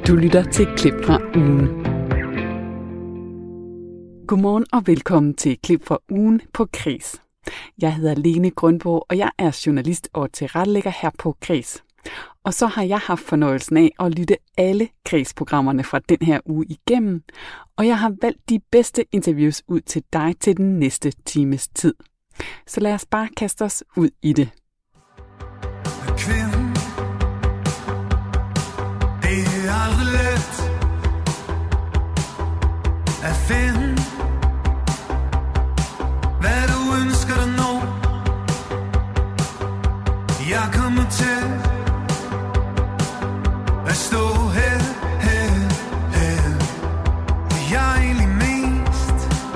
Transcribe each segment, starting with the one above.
Du lytter til Klip fra ugen. Godmorgen og velkommen til Klip fra ugen på Kres. Jeg hedder Lene Grønborg, og jeg er journalist og tilrettelægger her på Kres. Og så har jeg haft fornøjelsen af at lytte alle Kres-programmerne fra den her uge igennem, og jeg har valgt de bedste interviews ud til dig til den næste times tid. Så lad os bare kaste os ud i det. Kvinden, det er aldrig let at finde, hvad du ønsker dig nu. Jeg kommer til at stå her, og jeg er egentlig mest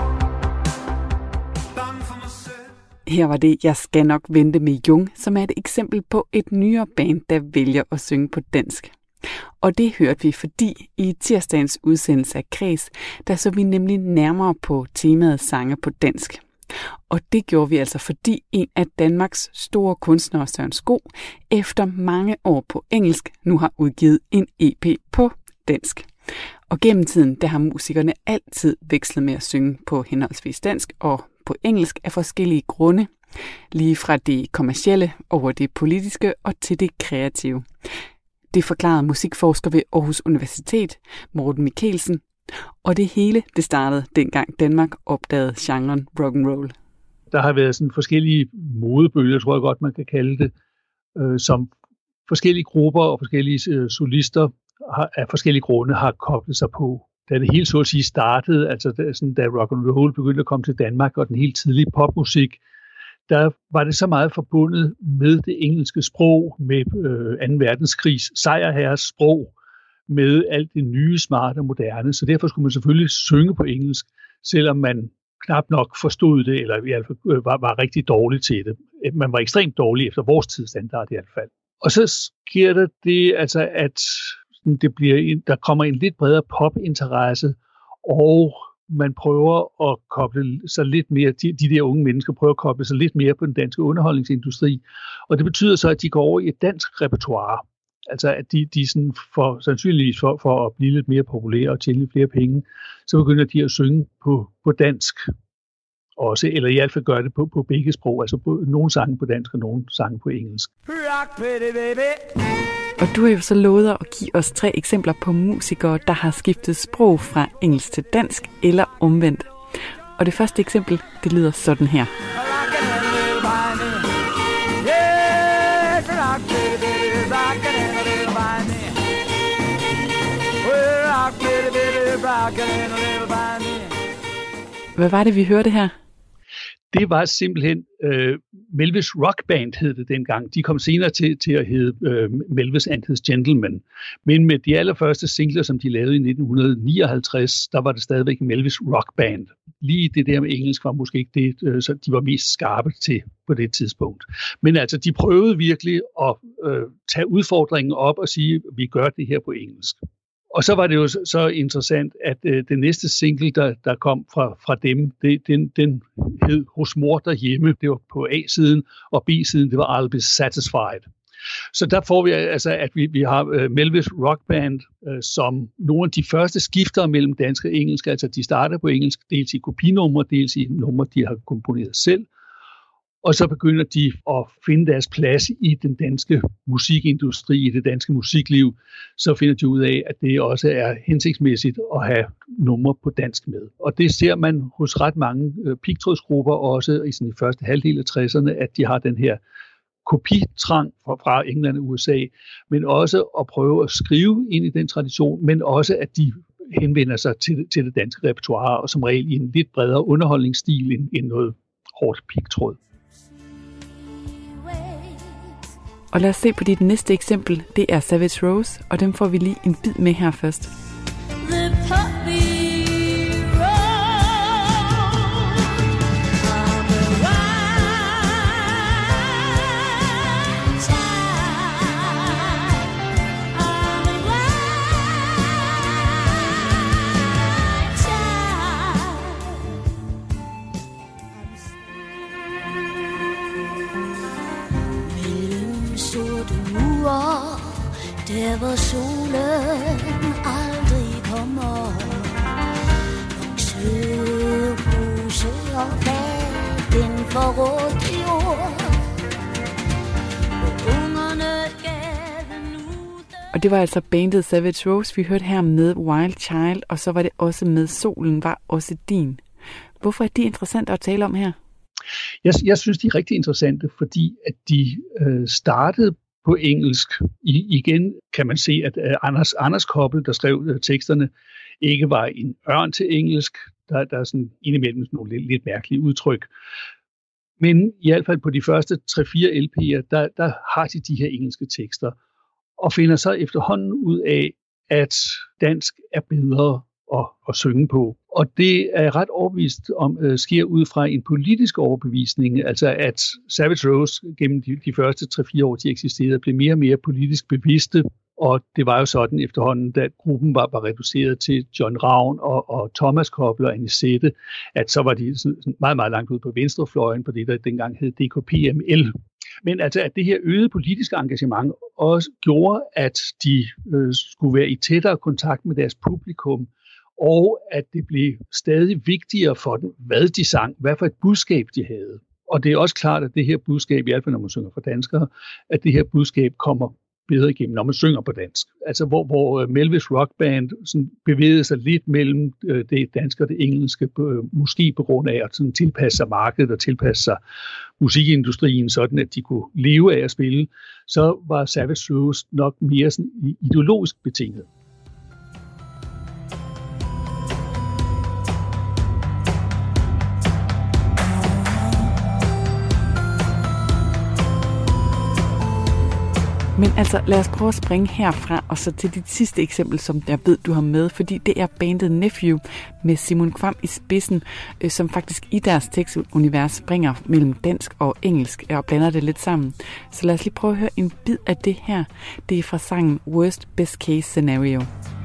bange for mig selv. Her var det Jeg skal nok vente med Jung, som er et eksempel på et nyere band, der vælger at synge på dansk. Og det hørte vi, fordi i tirsdagens udsendelse af Kres, der så vi nemlig nærmere på temaet sange på dansk. Og det gjorde vi altså, fordi en af Danmarks store kunstnere, Søren Sko, efter mange år på engelsk, nu har udgivet en EP på dansk. Og gennem tiden, der har musikerne altid vekslet med at synge på henholdsvis dansk og på engelsk af forskellige grunde. Lige fra det kommercielle over det politiske og til det kreative. Det forklarede musikforsker ved Aarhus Universitet, Morten Mikkelsen. Og det hele, det startede dengang Danmark opdagede genren rock'n'roll. Der har været sådan forskellige modebølger, tror jeg godt, man kan kalde det, som forskellige grupper og forskellige solister af forskellige grunde har koblet sig på. Da det hele så at sige startede, altså da rock'n'roll begyndte at komme til Danmark og den helt tidlige popmusik, der var det så meget forbundet med det engelske sprog, med 2. verdenskrigs sejrherres sprog, med alt det nye, smarte og moderne. Så derfor skulle man selvfølgelig synge på engelsk, selvom man knap nok forstod det, eller i hvert fald var rigtig dårlig til det. Man var ekstremt dårlig efter vores tidsstandard i hvert fald. Og så sker der det, altså at der kommer en lidt bredere popinteresse, og man prøver at koble sig lidt mere, de der unge mennesker prøver at koble sig lidt mere på den danske underholdningsindustri. Og det betyder så, at de går over i et dansk repertoire. Altså at de sådan sandsynligvis for at blive lidt mere populære og tjene lidt flere penge, så begynder de at synge på dansk også, eller i hvert fald gøre det på begge sprog, altså nogle sange på dansk og nogle sange på engelsk. Rock, pretty baby. Og du har jo så lovet at give os 3 eksempler på musikere, der har skiftet sprog fra engelsk til dansk eller omvendt. Og det første eksempel, det lyder sådan her. Hvad var det, vi hørte her? Det var simpelthen Melvis Rock Band hed det dengang. De kom senere til at hedde Melvis and His Gentlemen. Men med de allerførste singler, som de lavede i 1959, der var det stadigvæk Melvis Rock Band. Lige det der med engelsk var måske ikke det, så de var mest skarpe til på det tidspunkt. Men altså, de prøvede virkelig at tage udfordringen op og sige, vi gør det her på engelsk. Og så var det jo så interessant, at den næste single, der kom fra dem, den hed Hos mor derhjemme. Det var på A-siden, og B-siden, det var I'll Be Satisfied. Så der får vi altså, at vi har Melvis Rock Band som nogle af de første skifter mellem dansk og engelsk. Altså de starter på engelsk, dels i kopinumre, dels i numre, de har komponeret selv. Og så begynder de at finde deres plads i den danske musikindustri, i det danske musikliv. Så finder de ud af, at det også er hensigtsmæssigt at have numre på dansk med. Og det ser man hos ret mange pigtrådsgrupper, også i sådan første halvdel af 60'erne, at de har den her kopitrang fra England og USA, men også at prøve at skrive ind i den tradition, men også at de henvender sig til det danske repertoire, og som regel i en lidt bredere underholdningsstil end noget hårdt pigtråd. Og lad os se på dit næste eksempel. Det er Savage Rose, og dem får vi lige en bid med her først. Der hvor solen aldrig kommer, søhuse og den forrådte jord. Og det var altså bandet Savage Rose, vi hørte her med Wild Child, og så var det også med Solen var også din. Hvorfor er de interessante at tale om her? Jeg synes, de er rigtig interessante, fordi at de startede på engelsk. Igen kan man se, at Anders Koppel, der skrev teksterne, ikke var en ørn til engelsk. Der er sådan indimellem nogle lidt mærkelige udtryk. Men i hvert fald på de første 3-4 LP'er, der har de de her engelske tekster, og finder så efterhånden ud af, at dansk er bedre at synge på. Og det er jeg ret overbevist om sker ud fra en politisk overbevisning, altså at Savage Rose gennem de første 3-4 år, de eksisterede, blev mere og mere politisk bevidste, og det var jo sådan efterhånden, da gruppen var reduceret til John Ravn og Thomas Koppel og Anisette, at så var de sådan meget, meget langt ude på venstrefløjen på det, der dengang hed DKPML. Men altså, at det her øgede politiske engagement også gjorde, at de skulle være i tættere kontakt med deres publikum, og at det blev stadig vigtigere for dem, hvad de sang, hvad for et budskab de havde. Og det er også klart, at det her budskab, i hvert fald når man synger for danskere, at det her budskab kommer bedre igennem, når man synger på dansk. Altså hvor Melvis Rock Band sådan bevægede sig lidt mellem det danske og det engelske, måske på grund af at sådan tilpasse sig markedet og tilpasse sig musikindustrien, sådan at de kunne leve af at spille, så var Savage Rose nok mere sådan ideologisk betinget. Men altså, lad os prøve at springe herfra og så til dit sidste eksempel, som jeg ved, du har med, fordi det er bandet Nephew med Simon Kvam i spidsen, som faktisk i deres tekstunivers springer mellem dansk og engelsk og blander det lidt sammen. Så lad os lige prøve at høre en bid af det her. Det er fra sangen Worst Best Case Scenario.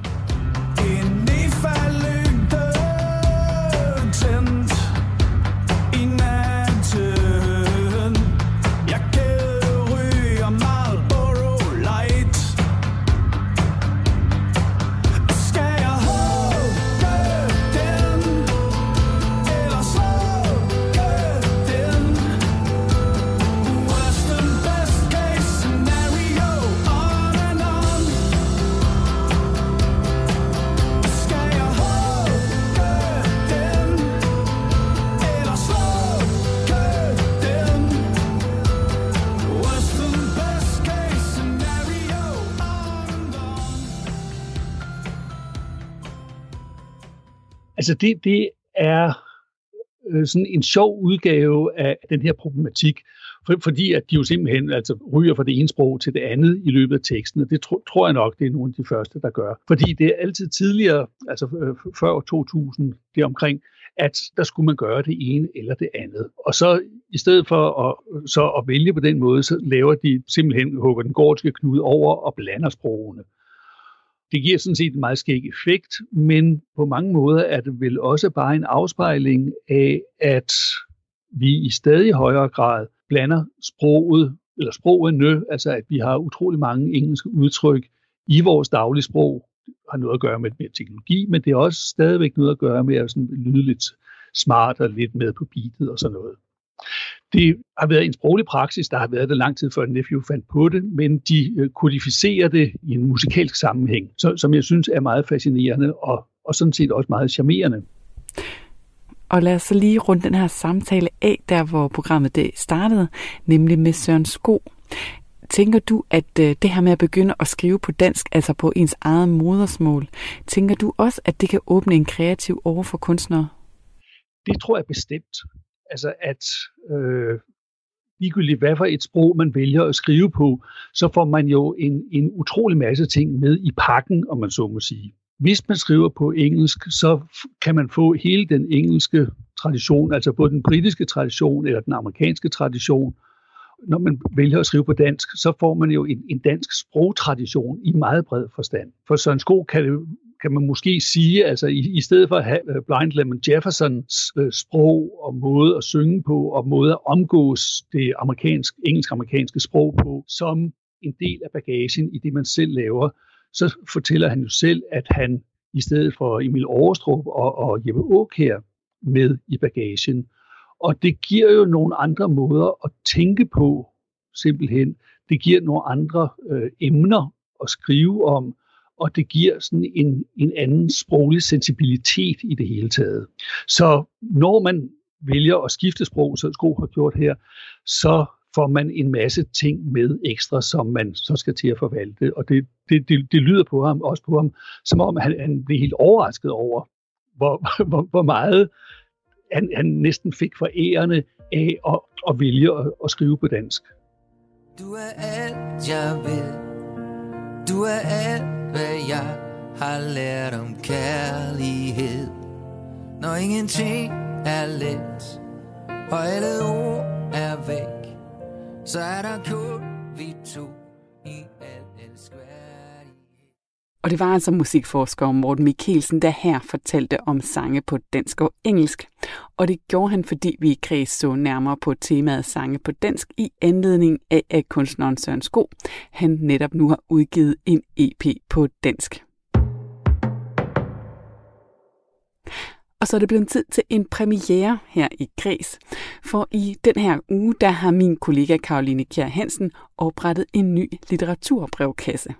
Altså det er sådan en sjov udgave af den her problematik, fordi at de jo simpelthen altså ryger fra det ene sprog til det andet i løbet af teksten, og det tror jeg nok, det er nogle af de første, der gør. Fordi det er altid tidligere, altså før 2000, det omkring, at der skulle man gøre det ene eller det andet. Og så i stedet for at vælge på den måde, så laver de simpelthen, hugger den gordiske knude over og blander sprogene. Det giver sådan set en meget skæg effekt, men på mange måder er det vel også bare en afspejling af, at vi i stadig højere grad blander sprogene, altså at vi har utrolig mange engelske udtryk i vores daglige sprog. Det har noget at gøre med teknologi, men det har også stadigvæk noget at gøre med at sådan lyde lidt smart og lidt med på beatet og sådan noget. Det har været en sproglig praksis, der har været det lang tid før Nephew fandt på det, men de kodificerer det i en musikalsk sammenhæng, som jeg synes er meget fascinerende og sådan set også meget charmerende. Og lad os så lige runde den her samtale af, der hvor programmet det startede, nemlig med Søren Sko. Tænker du, at det her med at begynde at skrive på dansk, altså på ens eget modersmål, tænker du også, at det kan åbne en kreativ over for kunstnere? Det tror jeg bestemt. Altså at ligegyldigt hvad for et sprog man vælger at skrive på, så får man jo en utrolig masse ting med i pakken, om man så må sige. Hvis man skriver på engelsk, så kan man få hele den engelske tradition, altså både den britiske tradition eller den amerikanske tradition. Når man vælger at skrive på dansk, så får man jo en dansk sprogtradition i meget bred forstand. For Søren Sko kan man måske sige, altså i stedet for at have Blind Lemon Jeffersons sprog og måde at synge på, og måde at omgås det engelsk-amerikanske sprog på, som en del af bagagen i det, man selv laver, så fortæller han jo selv, at han i stedet for Emil Aarestrup og Jeppe Aakjær med i bagagen. Og det giver jo nogle andre måder at tænke på, simpelthen. Det giver nogle andre emner at skrive om, og det giver sådan en anden sproglig sensibilitet i det hele taget. Så når man vælger at skifte sprog, som Sko har gjort her, så får man en masse ting med ekstra, som man så skal til at forvalte. Og det lyder på ham, også på ham, som om han blev helt overrasket over, hvor meget han næsten fik forærende af at vælge at skrive på dansk. Du er alt, jeg vil. Du er alt, hvad jeg har lært om kærlighed. Når ingenting er let, og alle ord er væk, så er der kun vi to i al elskværdighed. Og det var altså musikforsker Morten Michelsen, der her fortalte om sange på dansk og engelsk. Og det gjorde han, fordi vi i Kreds så nærmere på temaet sange på dansk i anledning af, at kunstneren Søren Sko, han netop nu har udgivet en EP på dansk. Og så er det blevet tid til en premiere her i Kreds. For i den her uge, der har min kollega Caroline Kjær Hansen oprettet en ny litteraturbrevkasse.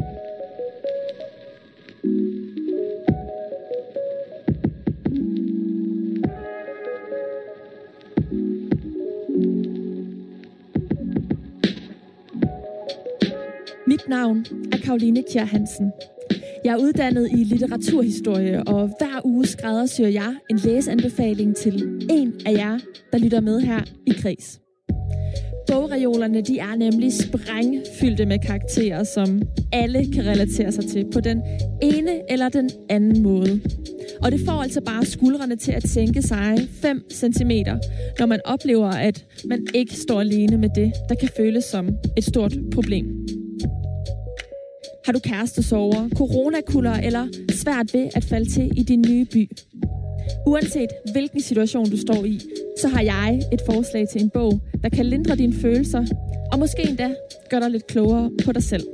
Mit navn er Caroline Kjær Hansen. Jeg er uddannet i litteraturhistorie, og hver uge skræddersyr jeg en læseanbefaling til en af jer, der lytter med her i Kreds. Bogreolerne, de er nemlig sprængfyldte med karakterer, som alle kan relatere sig til på den ene eller den anden måde. Og det får altså bare skuldrene til at sænke sig 5 centimeter, når man oplever, at man ikke står alene med det, der kan føles som et stort problem. Har du kærestesorger, coronakulder eller svært ved at falde til i din nye by? Uanset hvilken situation du står i, så har jeg et forslag til en bog, der kan lindre dine følelser, og måske endda gøre dig lidt klogere på dig selv.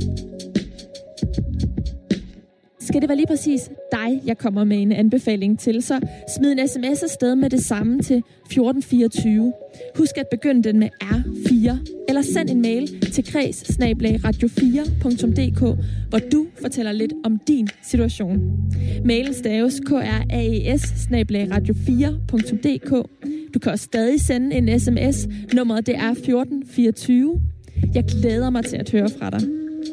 Skal det være lige præcis dig, jeg kommer med en anbefaling til, så smid en sms afsted med det samme til 1424. Husk at begynde den med R4, eller send en mail til kreds@radio4.dk, hvor du fortæller lidt om din situation. Mailen staves kraes@radio4.dk. Du kan også stadig sende en sms. Nummeret det er 1424. Jeg glæder mig til at høre fra dig.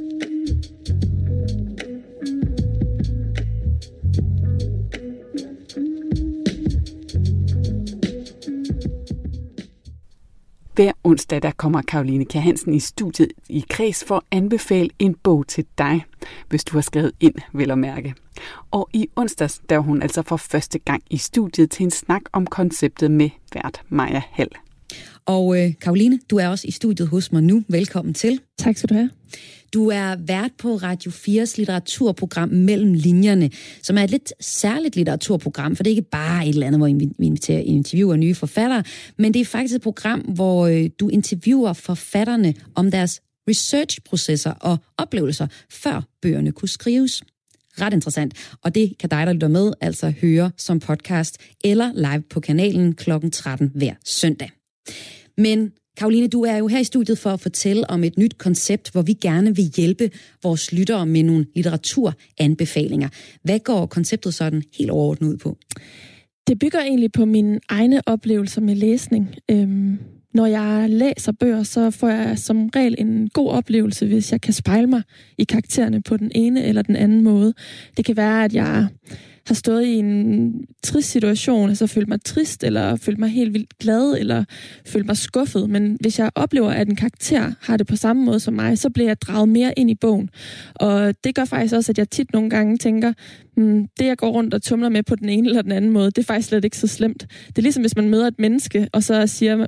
Hver onsdag der kommer Caroline Kjær Hansen i studiet i Kreds for at anbefale en bog til dig, hvis du har skrevet ind, vel at mærke. Og i onsdags der var hun altså for første gang i studiet til en snak om konceptet med vært Maja Hall. Og Caroline, du er også i studiet hos mig nu. Velkommen til. Tak skal du have. Du er vært på Radio 4's litteraturprogram Mellem Linjerne, som er et lidt særligt litteraturprogram, for det er ikke bare et eller andet, hvor vi interviewer nye forfattere, men det er faktisk et program, hvor du interviewer forfatterne om deres researchprocesser og oplevelser, før bøgerne kunne skrives. Ret interessant, og det kan dig, der lytter med, altså høre som podcast eller live på kanalen kl. 13 hver søndag. Men Caroline, du er jo her i studiet for at fortælle om et nyt koncept, hvor vi gerne vil hjælpe vores lyttere med nogle litteraturanbefalinger. Hvad går konceptet sådan helt overordnet ud på? Det bygger egentlig på mine egne oplevelser med læsning. Når jeg læser bøger, så får jeg som regel en god oplevelse, hvis jeg kan spejle mig i karaktererne på den ene eller den anden måde. Det kan være, at jeg har stået i en trist situation, altså følt mig trist, eller følt mig helt vildt glad, eller følt mig skuffet. Men hvis jeg oplever, at en karakter har det på samme måde som mig, så bliver jeg draget mere ind i bogen. Og det gør faktisk også, at jeg tit nogle gange tænker, det jeg går rundt og tumler med på den ene eller den anden måde, det er faktisk slet ikke så slemt. Det er ligesom, hvis man møder et menneske, og så siger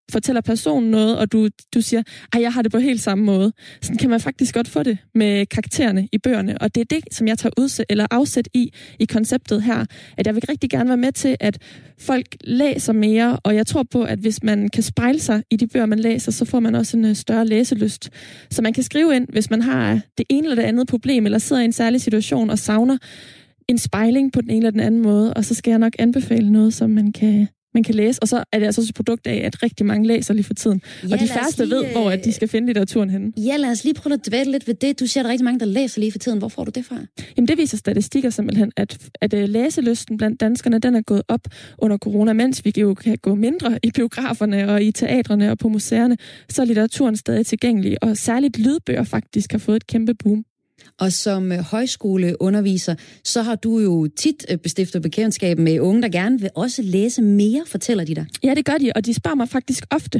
fortæller personen noget, og du siger, jeg har det på helt samme måde. Sådan kan man faktisk godt få det med karaktererne i bøgerne, og det er det, som jeg tager afsæt i konceptet her, at jeg vil rigtig gerne være med til, at folk læser mere, og jeg tror på, at hvis man kan spejle sig i de bøger, man læser, så får man også en større læselyst. Så man kan skrive ind, hvis man har det ene eller det andet problem, eller sidder i en særlig situation og savner en spejling på den ene eller den anden måde, og så skal jeg nok anbefale noget, som man kan læse. Og så er det altså også et produkt af, at rigtig mange læser lige for tiden. Ja, og de færreste ved, hvor at de skal finde litteraturen henne. Ja, lad os lige prøve at dvæle lidt ved det. Du siger, at der er rigtig mange, der læser lige for tiden. Hvor får du det fra? Jamen, det viser statistikker simpelthen, at læselysten blandt danskerne, den er gået op under corona, mens vi jo kan gå mindre i biograferne og i teatrene og på museerne, så er litteraturen stadig tilgængelig, og særligt lydbøger faktisk har fået et kæmpe boom. Og som højskoleunderviser, så har du jo tit bestiftet bekendtskab med unge, der gerne vil også læse mere, fortæller de dig. Ja, det gør de, og de spørger mig faktisk ofte,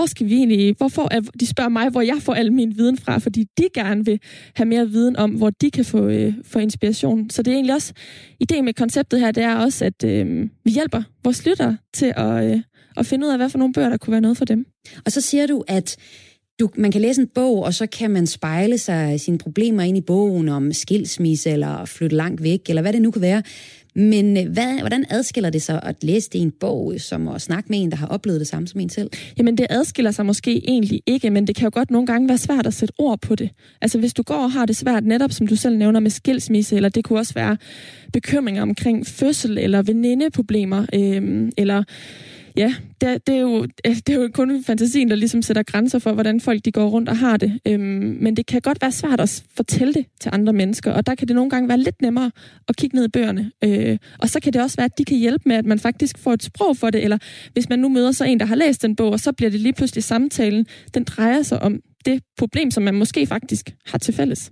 de spørger mig, hvor jeg får al min viden fra, fordi de gerne vil have mere viden om, hvor de kan få inspiration. Så det er egentlig også, ideen med konceptet her, det er også, at vi hjælper vores lyttere til at finde ud af, hvad for nogle bøger, der kunne være noget for dem. Og så siger du, at man kan læse en bog, og så kan man spejle sig sine problemer ind i bogen om skilsmisse, eller flytte langt væk, eller hvad det nu kan være. Men hvordan adskiller det sig at læse det i en bog, som at snakke med en, der har oplevet det samme som en selv? Jamen, det adskiller sig måske egentlig ikke, men det kan jo godt nogle gange være svært at sætte ord på det. Altså, hvis du går og har det svært netop, som du selv nævner, med skilsmisse, eller det kunne også være bekymringer omkring fødsel, eller venindeproblemer, eller... Ja, det er jo kun fantasien, der ligesom sætter grænser for, hvordan folk de går rundt og har det. Men det kan godt være svært at fortælle det til andre mennesker, og der kan det nogle gange være lidt nemmere at kigge ned i bøgerne. Og så kan det også være, at de kan hjælpe med, at man faktisk får et sprog for det, eller hvis man nu møder så en, der har læst den bog, og så bliver det lige pludselig samtalen, den drejer sig om det problem, som man måske faktisk har til fælles.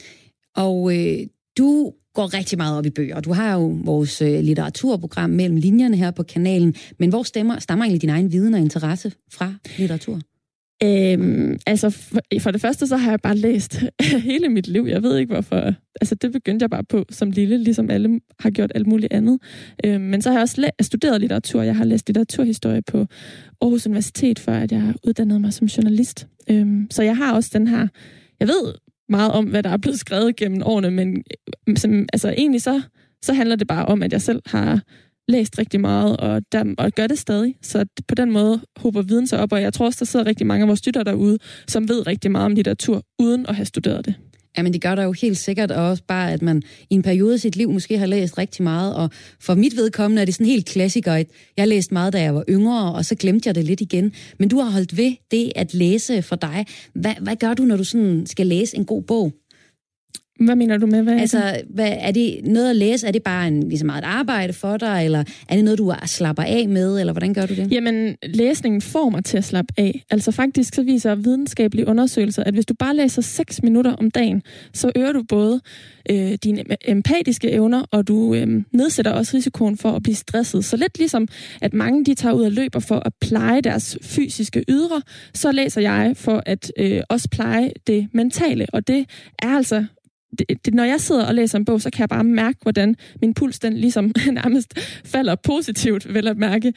Og du går rigtig meget op i bøger. Du har jo vores litteraturprogram Mellem Linjerne her på kanalen, men hvor stammer egentlig din egen viden og interesse fra litteratur? Altså, for det første, så har jeg bare læst hele mit liv. Jeg ved ikke, hvorfor. Altså, det begyndte jeg bare på som lille, ligesom alle har gjort alt muligt andet. Men så har jeg også studeret litteratur. Jeg har læst litteraturhistorie på Aarhus Universitet, før at jeg uddannede mig som journalist. Så jeg har også den her... Jeg ved meget om, hvad der er blevet skrevet gennem årene, men altså, egentlig så handler det bare om, at jeg selv har læst rigtig meget, og gør det stadig. Så på den måde hober viden sig op, og jeg tror også, der sidder rigtig mange af vores lyttere derude, som ved rigtig meget om litteratur, uden at have studeret det. Jamen, det gør der jo helt sikkert, og også bare, at man i en periode af sit liv måske har læst rigtig meget, og for mit vedkommende er det sådan helt klassiker. Jeg har læst meget, da jeg var yngre, og så glemte jeg det lidt igen. Men du har holdt ved det at læse for dig. Hvad gør du, når du sådan skal læse en god bog? Hvad mener du med? Er det noget at læse? Er det bare ligesom meget et arbejde for dig, eller er det noget, du slapper af med, eller hvordan gør du det? Jamen, læsningen får mig til at slappe af. Altså faktisk så viser videnskabelige undersøgelser, at hvis du bare læser 6 minutter om dagen, så øger du både dine empatiske evner, og du nedsætter også risikoen for at blive stresset. Så lidt ligesom, at mange de tager ud og løber for at pleje deres fysiske ydre, så læser jeg for at også pleje det mentale, og det er altså... Når jeg sidder og læser en bog, så kan jeg bare mærke, hvordan min puls den ligesom nærmest falder positivt, vel at mærke.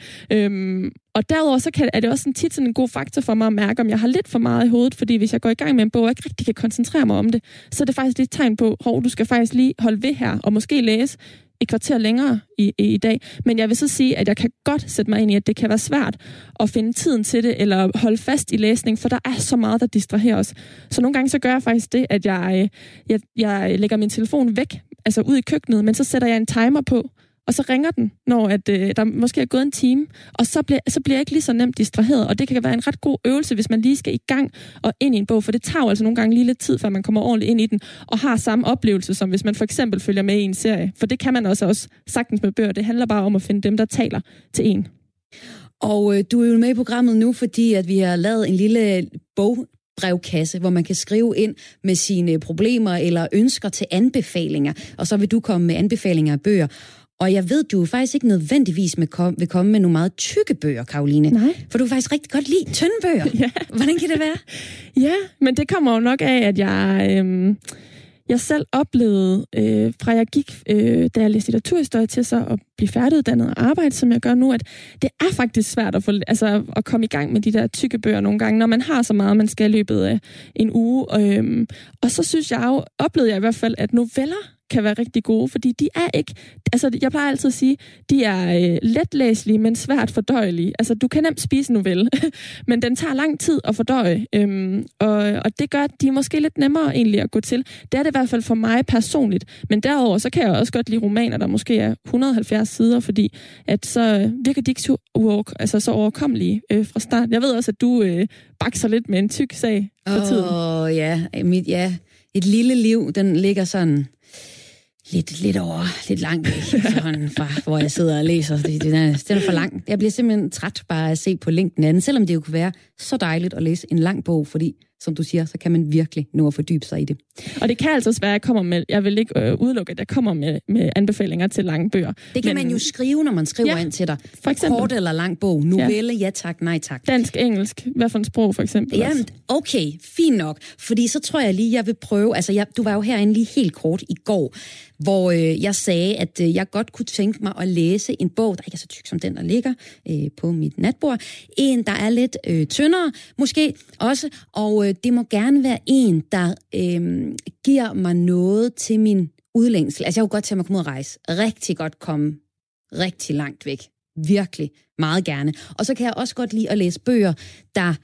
Og derudover så er det også tit sådan en god faktor for mig at mærke, om jeg har lidt for meget i hovedet, fordi hvis jeg går i gang med en bog, og ikke rigtig kan koncentrere mig om det, så er det faktisk et tegn på, du skal faktisk lige holde ved her, og måske læse et kvarter længere i dag. Men jeg vil så sige, at jeg kan godt sætte mig ind i, at det kan være svært at finde tiden til det, eller holde fast i læsning, for der er så meget, der distraherer os. Så nogle gange så gør jeg faktisk det, at jeg lægger min telefon væk, altså ud i køkkenet, men så sætter jeg en timer på, og så ringer den, når der måske er gået en time, og så bliver jeg ikke lige så nemt distraheret, og det kan være en ret god øvelse, hvis man lige skal i gang og ind i en bog, for det tager jo altså nogle gange lige lidt tid, før man kommer ordentligt ind i den, og har samme oplevelse, som hvis man for eksempel følger med i en serie, for det kan man også sagtens med bøger, det handler bare om at finde dem, der taler til en. Og du er jo med i programmet nu, fordi at vi har lavet en lille brevkasse, hvor man kan skrive ind med sine problemer eller ønsker til anbefalinger, og så vil du komme med anbefalinger af bøger. Og jeg ved, du faktisk ikke nødvendigvis vil komme med nogle meget tykke bøger, Karoline. Nej. For du kan faktisk rigtig godt lide tynde bøger. Ja. Hvordan kan det være? Ja, men det kommer jo nok af, at jeg jeg selv oplevede, fra jeg gik, da jeg læste litteraturhistorie til så at blive færdiguddannet og arbejde, som jeg gør nu, at det er faktisk svært at komme i gang med de der tykke bøger nogle gange, når man har så meget, man skal i løbet af en uge. Og så synes jeg jo, oplevede jeg i hvert fald, at noveller kan være rigtig gode, fordi de er ikke, altså jeg plejer altid at sige, de er letlæselige, men svært fordøjelige. Altså du kan nemt spise en novelle, men den tager lang tid at fordøje, og det gør, at de er måske lidt nemmere egentlig at gå til. Det er det i hvert fald for mig personligt, men derudover så kan jeg også godt lide romaner, der måske er 170 sider, fordi at så virker de ikke så overkommelige fra start. Jeg ved også, at du bakser lidt med en tyk sag for tiden. Ja, et lille liv, den ligger sådan lidt langt væk fra, hvor jeg sidder og læser. Den er for lang. Jeg bliver simpelthen træt bare at se på længden af den, selvom det jo kunne være så dejligt at læse en lang bog, fordi, som du siger, så kan man virkelig nå at fordybe sig i det. Og det kan altså være, jeg vil ikke udelukke, at jeg kommer med anbefalinger til lange bøger. Det kan man jo skrive, når man skriver ind til dig. For eksempel. Kort eller lang bog, novelle, ja tak, nej tak. Dansk, engelsk, hvad for en sprog for eksempel? Jamen, okay, fint nok. Fordi så tror jeg lige, jeg vil prøve, du var jo herinde lige helt kort i går, hvor jeg sagde, at jeg godt kunne tænke mig at læse en bog, der ikke er så tyk som den, der ligger på mit natbord. En, der er lidt tyndere, måske også, og det må gerne være en, der giver mig noget til min udlængsel. Altså, jeg kunne godt tænke mig at komme ud og rejse. Rigtig godt komme rigtig langt væk. Virkelig. Meget gerne. Og så kan jeg også godt lide at læse bøger, der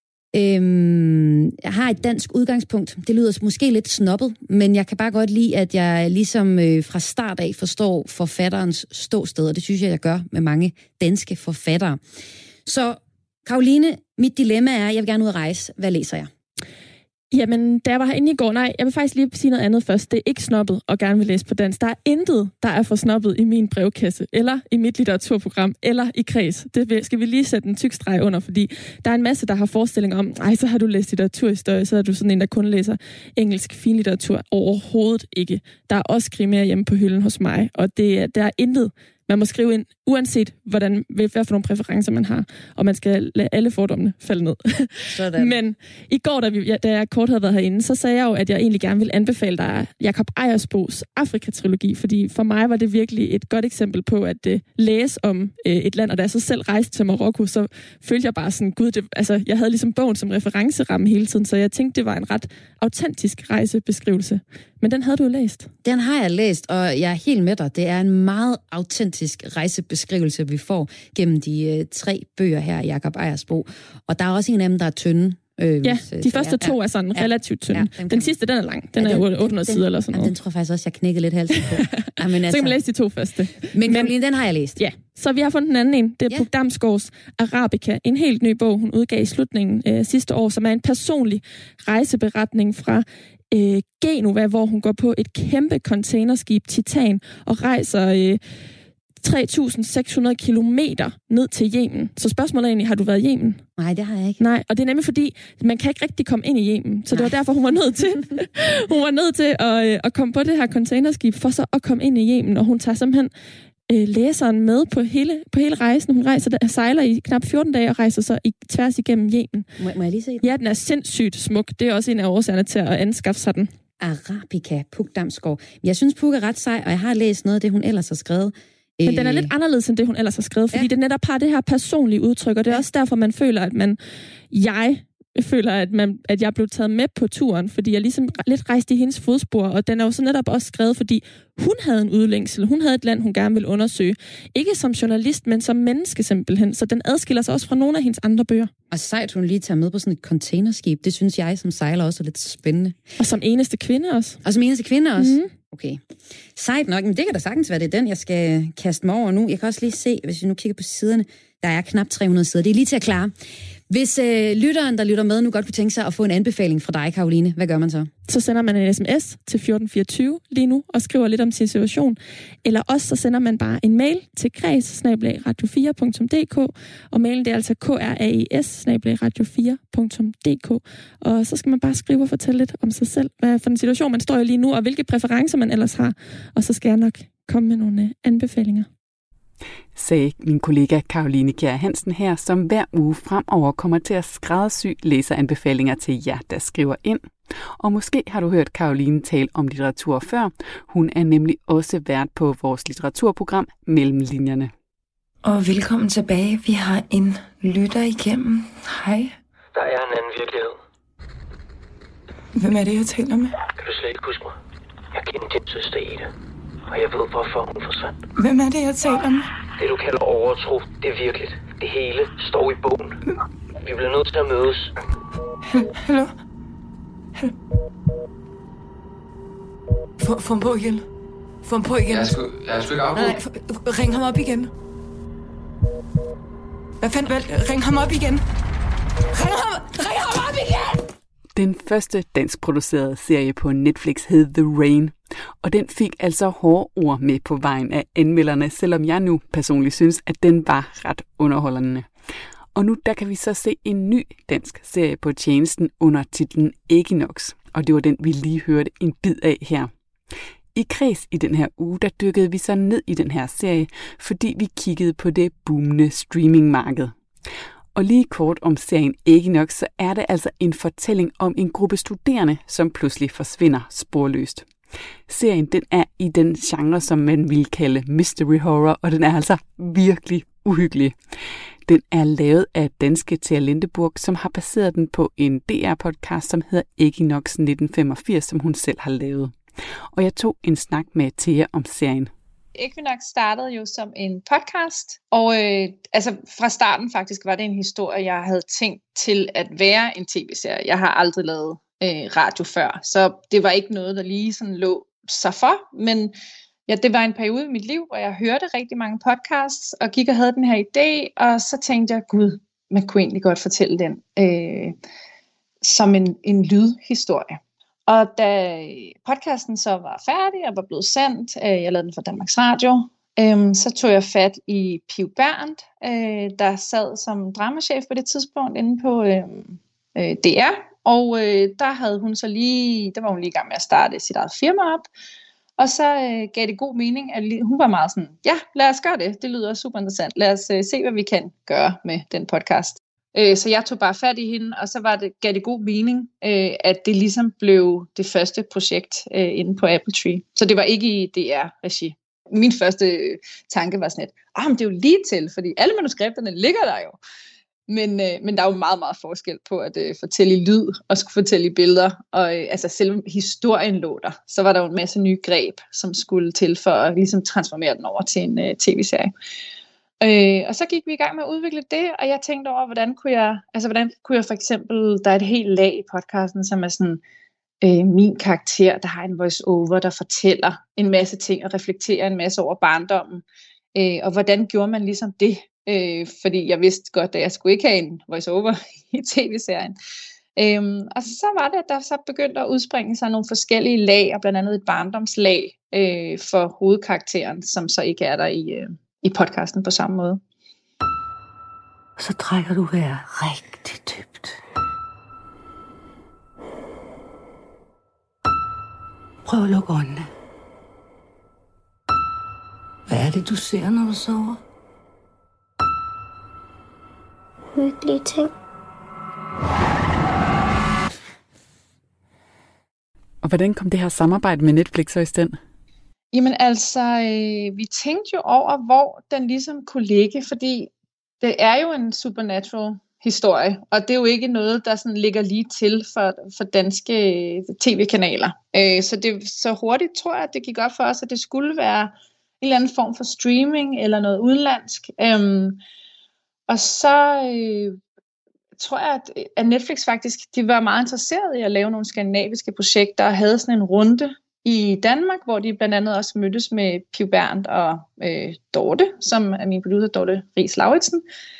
har et dansk udgangspunkt. Det lyder måske lidt snobbet, men jeg kan bare godt lide, at jeg ligesom fra start af forstår forfatterens ståsted, og det synes jeg gør med mange danske forfattere. Så, Karoline, mit dilemma er, at jeg vil gerne ud og rejse. Hvad læser jeg? Jamen, da jeg var herinde i går, jeg vil faktisk lige sige noget andet først. Det er ikke snobbet og gerne vil læse på dansk. Der er intet, der er for snobbet i min brevkasse, eller i mit litteraturprogram, eller i Kreds. Det skal vi lige sætte en tyk streg under, fordi der er en masse, der har forestillinger om, så har du læst litteraturhistorie, så er du sådan en, der kun læser engelsk finlitteratur. Overhovedet ikke. Der er også krimier hjemme på hylden hos mig, og der er intet, man må skrive ind, uanset hvad for nogle præferencer man har, og man skal lade alle fordommene falde ned. Sådan. Men i går, da jeg kort havde været herinde, så sagde jeg jo, at jeg egentlig gerne ville anbefale dig Jakob Ejersbos Afrika-trilogi, fordi for mig var det virkelig et godt eksempel på at læse om et land, og da jeg så selv rejste til Marokko, så følte jeg bare sådan, jeg havde ligesom bogen som referenceramme hele tiden, så jeg tænkte, det var en ret autentisk rejsebeskrivelse. Men den havde du jo læst. Den har jeg læst, og jeg er helt med dig. Det er en meget autentisk rejsebeskrivelse, vi får gennem de 3 bøger her i Jakob Ejersbo. Og der er også en af dem, der er tynde. De første 2 er sådan relativt tynde. Ja, den sidste, den er lang. Den er 800 sider eller sådan noget. Den tror jeg faktisk også, jeg knækkede lidt halsen på. Så kan man læse de 2 første. Men den har jeg læst. Ja, så vi har fundet den anden en. Det er Puk Damsgaards Arabica. En helt ny bog, hun udgav i slutningen sidste år, som er en personlig rejseberetning fra Genova, hvor hun går på et kæmpe containerskib, Titan, og rejser 3.600 kilometer ned til Yemen. Så spørgsmålet er egentlig, har du været i Yemen? Nej, det har jeg ikke. Nej, og det er nemlig fordi, man kan ikke rigtig komme ind i Yemen. Så det var derfor, hun var nødt til, at komme på det her containerskib, for så at komme ind i Yemen. Og hun tager simpelthen læseren med på hele rejsen. Hun sejler i knap 14 dage og rejser så tværs igennem Yemen. Må jeg lige se den? Ja, den er sindssygt smuk. Det er også en af årsagerne til at anskaffe sig den. Arabica, Puk Damsgaard. Jeg synes, Puk er ret sej, og jeg har læst noget af det, hun ellers har skrevet. Men den er lidt anderledes end det, hun ellers har skrevet, fordi det netop har det her personlige udtryk, og det er også derfor, man føler, at jeg blev taget med på turen, fordi jeg ligesom lidt rejste i hendes fodspor, og den er jo så netop også skrevet, fordi hun havde en udlængsel, hun havde et land, hun gerne ville undersøge. Ikke som journalist, men som menneske simpelthen, så den adskiller sig også fra nogle af hendes andre bøger. Og sejt, hun lige tager med på sådan et containerskib, det synes jeg som sejler også er lidt spændende. Og som eneste kvinde også. Mm-hmm. Okay. Sejt nok, men det kan da sagtens være, det er den, jeg skal kaste mig over nu. Jeg kan også lige se, hvis vi nu kigger på siderne, der er knap 300 sider. Det er lige til at klare. Hvis lytteren, der lytter med, nu godt kunne tænke sig at få en anbefaling fra dig, Karoline, hvad gør man så? Så sender man en sms til 1424 lige nu og skriver lidt om sin situation. Eller også så sender man bare en mail til kreds@radio4.dk, og mailen det er altså kraes@radio4.dk. Og så skal man bare skrive og fortælle lidt om sig selv, hvad for en situation man står i lige nu, og hvilke præferencer man ellers har. Og så skal jeg nok komme med nogle anbefalinger. Sagde min kollega Karoline Kjær Hansen her, som hver uge fremover kommer til at skræddersy læseranbefalinger til jer, der skriver ind. Og måske har du hørt Caroline tale om litteratur før. Hun er nemlig også vært på vores litteraturprogram Mellem Linjerne. Og velkommen tilbage. Vi har en lytter igennem. Hej. Der er en anden virkelighed. Hvem er det, jeg taler med? Kan du slet ikke huske mig? Jeg kender din søster Ida, og jeg ved, hvorfor hun forsvandt. Hvem er det, jeg taler med? Det, du kalder overtro, det er virkeligt. Det hele står i bogen. Vi bliver nødt til at mødes. Hallo? Få ham på igen. Få ham på igen. Jeg er sgu ikke afgået. Nej, ring ham op igen. Hvad fanden? Ring ham op igen. Ring ham op igen! Den første danskproducerede serie på Netflix hed The Rain, og den fik altså hårde ord med på vejen af anmelderne, selvom jeg nu personligt synes, at den var ret underholdende. Og nu der kan vi så se en ny dansk serie på tjenesten under titlen Equinox, og det var den, vi lige hørte en bid af her. I Kreds i den her uge, der dykkede vi så ned i den her serie, fordi vi kiggede på det boomende streamingmarked. Og lige kort om serien Equinox, så er det altså en fortælling om en gruppe studerende, som pludselig forsvinder sporløst. Serien den er i den genre, som man vil kalde mystery horror, og den er altså virkelig uhyggelig. Den er lavet af danske Thea Lindeburg, som har baseret den på en DR-podcast, som hedder Equinox 1985, som hun selv har lavet. Og jeg tog en snak med Thea om serien. Equinox startede jo som en podcast, og fra starten faktisk var det en historie, jeg havde tænkt til at være en tv-serie. Jeg har aldrig lavet radio før, så det var ikke noget, der lige sådan lå sig for, men ja, det var en periode i mit liv, hvor jeg hørte rigtig mange podcasts, og gik og havde den her idé, og så tænkte jeg, gud, man kunne egentlig godt fortælle den som en lydhistorie. Og da podcasten så var færdig og var blevet sendt, jeg lavede den for Danmarks Radio, så tog jeg fat i Piv Berndt, der sad som dramachef på det tidspunkt inde på DR. Og der havde hun så der var hun lige i gang med at starte sit eget firma op. Og så gav det god mening, at hun var meget sådan, ja, lad os gøre det. Det lyder super interessant. Lad os se, hvad vi kan gøre med den podcast. Så jeg tog bare fat i hende, og så gav det god mening, at det ligesom blev det første projekt inde på Apple Tree. Så det var ikke i DR-regi. Min første tanke var sådan, at men det er jo lige til, fordi alle manuskripterne ligger der jo. Men der er jo meget, meget forskel på at fortælle i lyd og skulle fortælle i billeder. Og altså selve historien lå der. Så var der jo en masse nye greb, som skulle til for at ligesom transformere den over til en tv-serie. Og så gik vi i gang med at udvikle det, og jeg tænkte over, hvordan kunne jeg for eksempel, der er et helt lag i podcasten, som er sådan min karakter, der har en voice-over, der fortæller en masse ting og reflekterer en masse over barndommen. Og hvordan gjorde man ligesom det? Fordi jeg vidste godt, at jeg skulle ikke have en voice-over i tv-serien. Og så var det, at der så begyndte at udspringe sig nogle forskellige lag, og blandt andet et barndomslag for hovedkarakteren, som så ikke er der i podcasten på samme måde. Så trækker du vejret rigtig dybt. Prøv at lukke øjnene. Hvad er det, du ser, når du sover? Hyggelige ting. Og hvordan kom det her samarbejde med Netflix så i stand? Jamen altså, vi tænkte jo over, hvor den ligesom kunne ligge, fordi det er jo en supernatural historie, og det er jo ikke noget, der sådan ligger lige til for danske tv-kanaler. Så hurtigt tror jeg, at det gik op for os, at det skulle være en eller anden form for streaming eller noget udenlandsk. Og så tror jeg, at Netflix faktisk, de var meget interesserede i at lave nogle skandinaviske projekter, og havde sådan en runde i Danmark, hvor de blandt andet også mødtes med Piv Berndt og Dorte, som er min producer, Dorte Riis Lauritsen.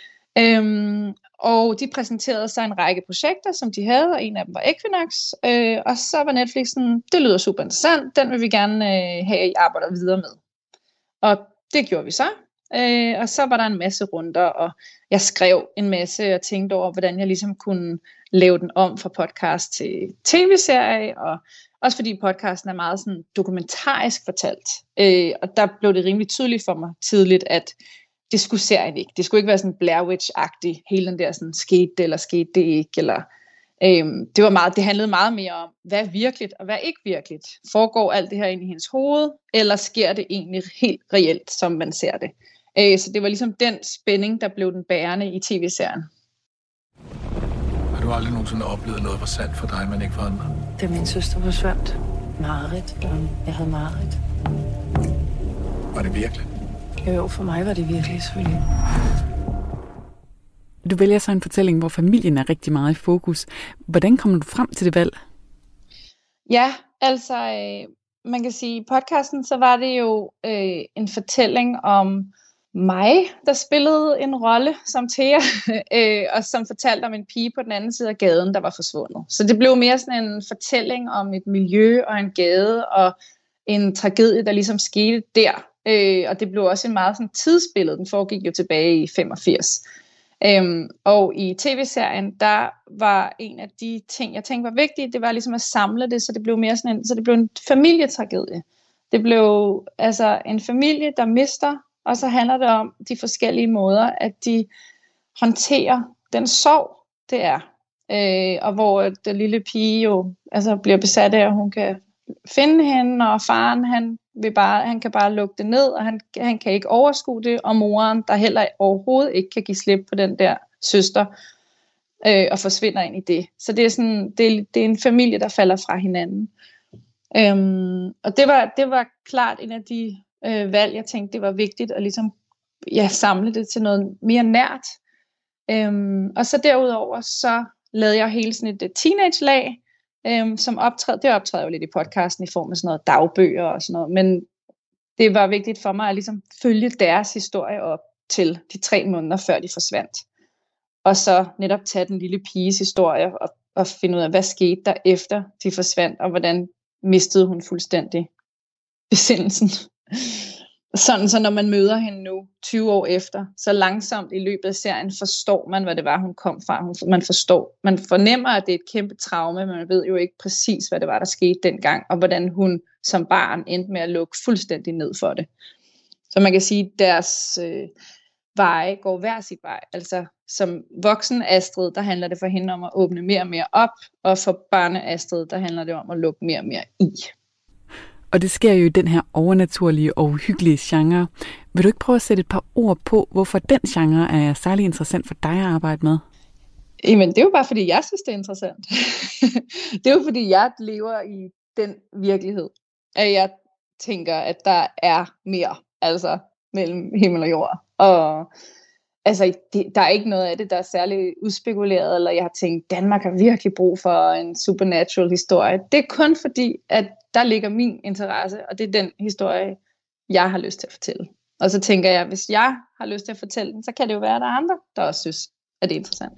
Og de præsenterede sig en række projekter, som de havde, og en af dem var Equinox. Og så var Netflix sådan, det lyder super interessant, den vil vi gerne have, at I arbejder videre med. Og det gjorde vi så. Og så var der en masse runder, og jeg skrev en masse og tænkte over, hvordan jeg ligesom kunne lave den om fra podcast til tv-serie, og også fordi podcasten er meget sådan dokumentarisk fortalt. Og der blev det rimelig tydeligt for mig tidligt, at det skulle serien ikke. Det skulle ikke være sådan Blair Witch-agtigt, hele den der sådan, skete det eller skete det ikke, eller Det handlede meget mere om, hvad er virkeligt og hvad er ikke virkeligt. Foregår alt det her ind i hendes hoved, eller sker det egentlig helt reelt, som man ser det? Så det var ligesom den spænding, der blev den bærende i tv-serien. Har du aldrig nogensinde oplevet noget var sandt for dig, men ikke for andre? Da min søster forsvandt. Mareridt. Jeg havde mareridt. Var det virkelig? Jo, for mig var det virkelig selvfølgelig. Du vælger så en fortælling, hvor familien er rigtig meget i fokus. Hvordan kommer du frem til det valg? Ja, altså man kan sige, i podcasten så var det jo en fortælling om mig, der spillede en rolle som Thea, og som fortalte om en pige på den anden side af gaden, der var forsvundet. Så det blev mere sådan en fortælling om et miljø og en gade og en tragedie, der ligesom skete der. Og det blev også en meget sådan tidsbillede. Den foregik jo tilbage i 85. Og i tv-serien, der var en af de ting, jeg tænkte var vigtige, det var ligesom at samle det, så det blev mere sådan så det blev en familietragedie. Det blev altså en familie, der mister, og så handler det om de forskellige måder, at de håndterer den sorg, det er. Og hvor den lille pige jo altså bliver besat af, at hun kan finde hende, og faren han kan bare lukke det ned, og han kan ikke overskue det, og moren, der heller overhovedet ikke kan give slip på den der søster, og forsvinder ind i det. Så det er sådan, det er en familie, der falder fra hinanden. Og det var klart en af de valg, jeg tænkte, det var vigtigt at ligesom, samle det til noget mere nært. Og så derudover, så lavede jeg hele sådan et teenage-lag, som optræder jo lidt i podcasten i form af sådan noget dagbøger og sådan noget, men det var vigtigt for mig at ligesom følge deres historie op til de 3 måneder før de forsvandt. Og så netop tage den lille piges historie og finde ud af, hvad skete der efter de forsvandt, og hvordan mistede hun fuldstændig besindelsen. Sådan, så når man møder hende nu, 20 år efter, så langsomt i løbet af serien forstår man, hvad det var, hun kom fra. Man fornemmer, at det er et kæmpe traume, men man ved jo ikke præcis, hvad det var, der skete dengang, og hvordan hun som barn endte med at lukke fuldstændig ned for det. Så man kan sige, at deres veje går hver sit vej. Altså som voksen Astrid, der handler det for hende om at åbne mere og mere op, og for barne Astrid, der handler det om at lukke mere og mere i. Og det sker jo i den her overnaturlige og uhyggelige genre. Vil du ikke prøve at sætte et par ord på, hvorfor den genre er særlig interessant for dig at arbejde med? Jamen, det er jo bare, fordi jeg synes, det er interessant. Det er jo, fordi jeg lever i den virkelighed, at jeg tænker, at der er mere, altså mellem himmel og jord. Og altså, der er ikke noget af det, der er særlig udspekuleret, eller jeg har tænkt, Danmark har virkelig brug for en supernatural historie. Det er kun fordi, at der ligger min interesse, og det er den historie, jeg har lyst til at fortælle. Og så tænker jeg, hvis jeg har lyst til at fortælle den, så kan det jo være, at der er andre, der også synes, at det er interessant.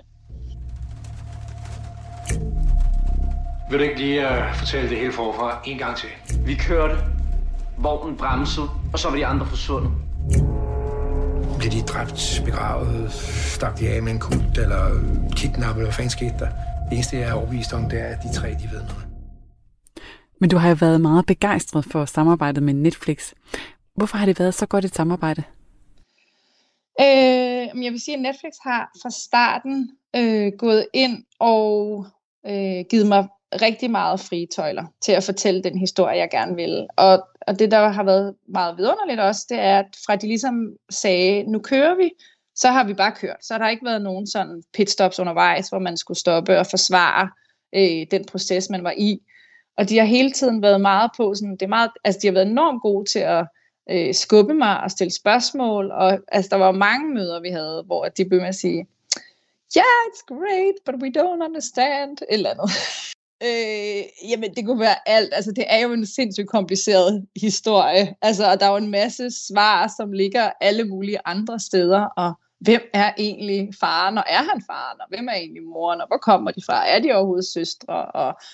Vil du ikke lige fortælle det hele forfra en gang til? Vi kørte, vognen bremsede, og så var de andre forsvundet. Blev de dræbt, begravet, stak de af med en kult, eller kidnappet, eller hvad fanden skete der? Det eneste, jeg er overbevist om, det er, at de 3, de ved noget. Men du har jo været meget begejstret for samarbejdet med Netflix. Hvorfor har det været så godt et samarbejde? Jeg vil sige, at Netflix har fra starten gået ind og givet mig rigtig meget frie tøjler til at fortælle den historie, jeg gerne vil. Og det, der har været meget vidunderligt også, det er, at fra de ligesom sagde, nu kører vi, så har vi bare kørt. Så har der ikke været nogen sådan pitstops undervejs, hvor man skulle stoppe og forsvare den proces, man var i. Og de har hele tiden været meget på, sådan, de har været enormt gode til at skubbe mig og stille spørgsmål. Og altså, der var mange møder, vi havde, hvor de blev med at sige, yeah, it's great, but we don't understand, et eller andet. Jamen, det kunne være alt. Altså, det er jo en sindssygt kompliceret historie. Altså, og der er jo en masse svar, som ligger alle mulige andre steder, og hvem er egentlig faren, og er han faren, og hvem er egentlig moren, og hvor kommer de fra? Er de overhovedet søstre?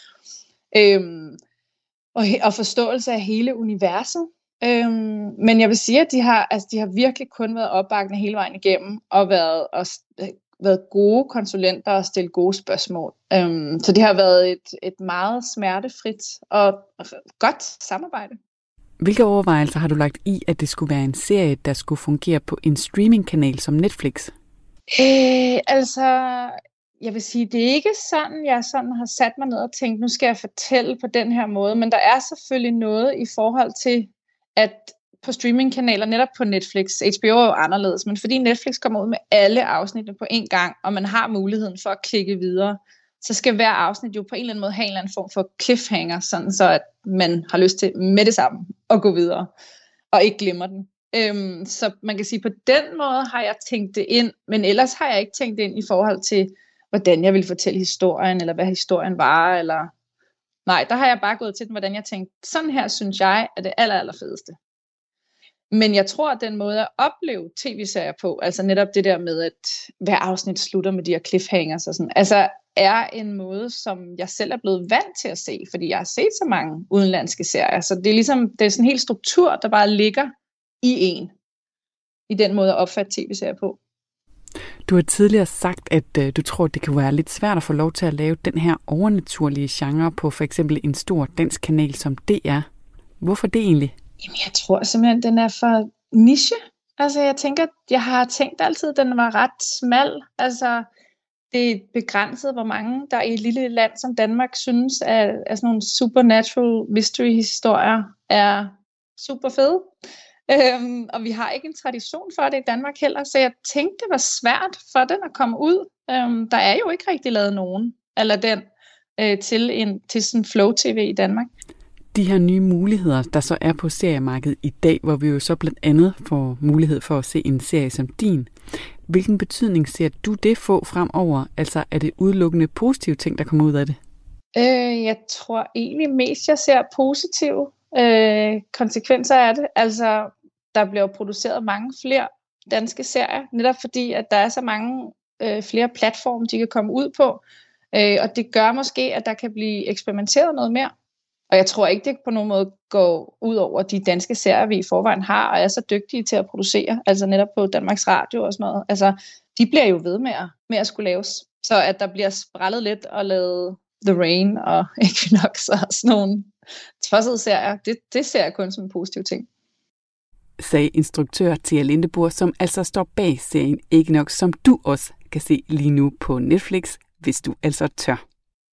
Og forståelse af hele universet. Men jeg vil sige, at de har virkelig kun været opbakkende hele vejen igennem, og været gode konsulenter og stille gode spørgsmål. Så det har været et meget smertefrit og godt samarbejde. Hvilke overvejelser har du lagt i, at det skulle være en serie, der skulle fungere på en streamingkanal som Netflix? jeg vil sige, det er ikke sådan, jeg sådan har sat mig ned og tænkt, nu skal jeg fortælle på den her måde, men der er selvfølgelig noget i forhold til, at på streamingkanaler, netop på Netflix, HBO er jo anderledes, men fordi Netflix kommer ud med alle afsnittene på én gang, og man har muligheden for at klikke videre, så skal hver afsnit jo på en eller anden måde have en eller anden form for cliffhanger, sådan så at man har lyst til med det samme at gå videre, og ikke glemmer den. Så man kan sige, på den måde har jeg tænkt det ind, men ellers har jeg ikke tænkt det ind i forhold til, hvordan jeg vil fortælle historien, eller hvad historien var, eller... Nej, der har jeg bare gået til den, hvordan jeg tænkte, sådan her synes jeg er det allerfedeste. Men jeg tror, at den måde at opleve tv-serier på, altså netop det der med, at hver afsnit slutter med de her cliffhangers og sådan, altså er en måde, som jeg selv er blevet vant til at se, fordi jeg har set så mange udenlandske serier, så det er ligesom, det er sådan en hel struktur, der bare ligger i den måde at opfatte tv-serier på. Du har tidligere sagt, at du tror, det kan være lidt svært at få lov til at lave den her overnaturlige genre på for eksempel en stor dansk kanal som DR. Hvorfor det egentlig? Jamen, jeg tror simpelthen, den er for niche. Altså, jeg har tænkt altid, at den var ret smal. Altså, det er begrænset, hvor mange der i et lille land som Danmark synes, at sådan nogle supernatural mystery-historier er super fede. Og vi har ikke en tradition for det i Danmark heller, så jeg tænkte, det var svært for den at komme ud. Der er jo ikke rigtig lavet nogen, eller den, til sådan Flow-TV i Danmark. De her nye muligheder, der så er på seriemarkedet i dag, hvor vi jo så blandt andet får mulighed for at se en serie som din. Hvilken betydning ser du det få fremover? Altså er det udelukkende positive ting, der kommer ud af det? Jeg tror egentlig mest, jeg ser positive konsekvenser af det. Altså, der bliver produceret mange flere danske serier, netop fordi, at der er så mange flere platforme, de kan komme ud på. Og det gør måske, at der kan blive eksperimenteret noget mere. Og jeg tror ikke, det på nogen måde går ud over de danske serier, vi i forvejen har, og er så dygtige til at producere, altså netop på Danmarks Radio og sådan noget. Altså, de bliver jo ved med at skulle laves. Så at der bliver sprællet lidt og lavet The Rain og Equinox og sådan nogle tossede serier, det ser jeg kun som en positiv ting. Sagde instruktør Thea Lindeburg, som altså står bag serien Equinox, som du også kan se lige nu på Netflix, hvis du altså tør.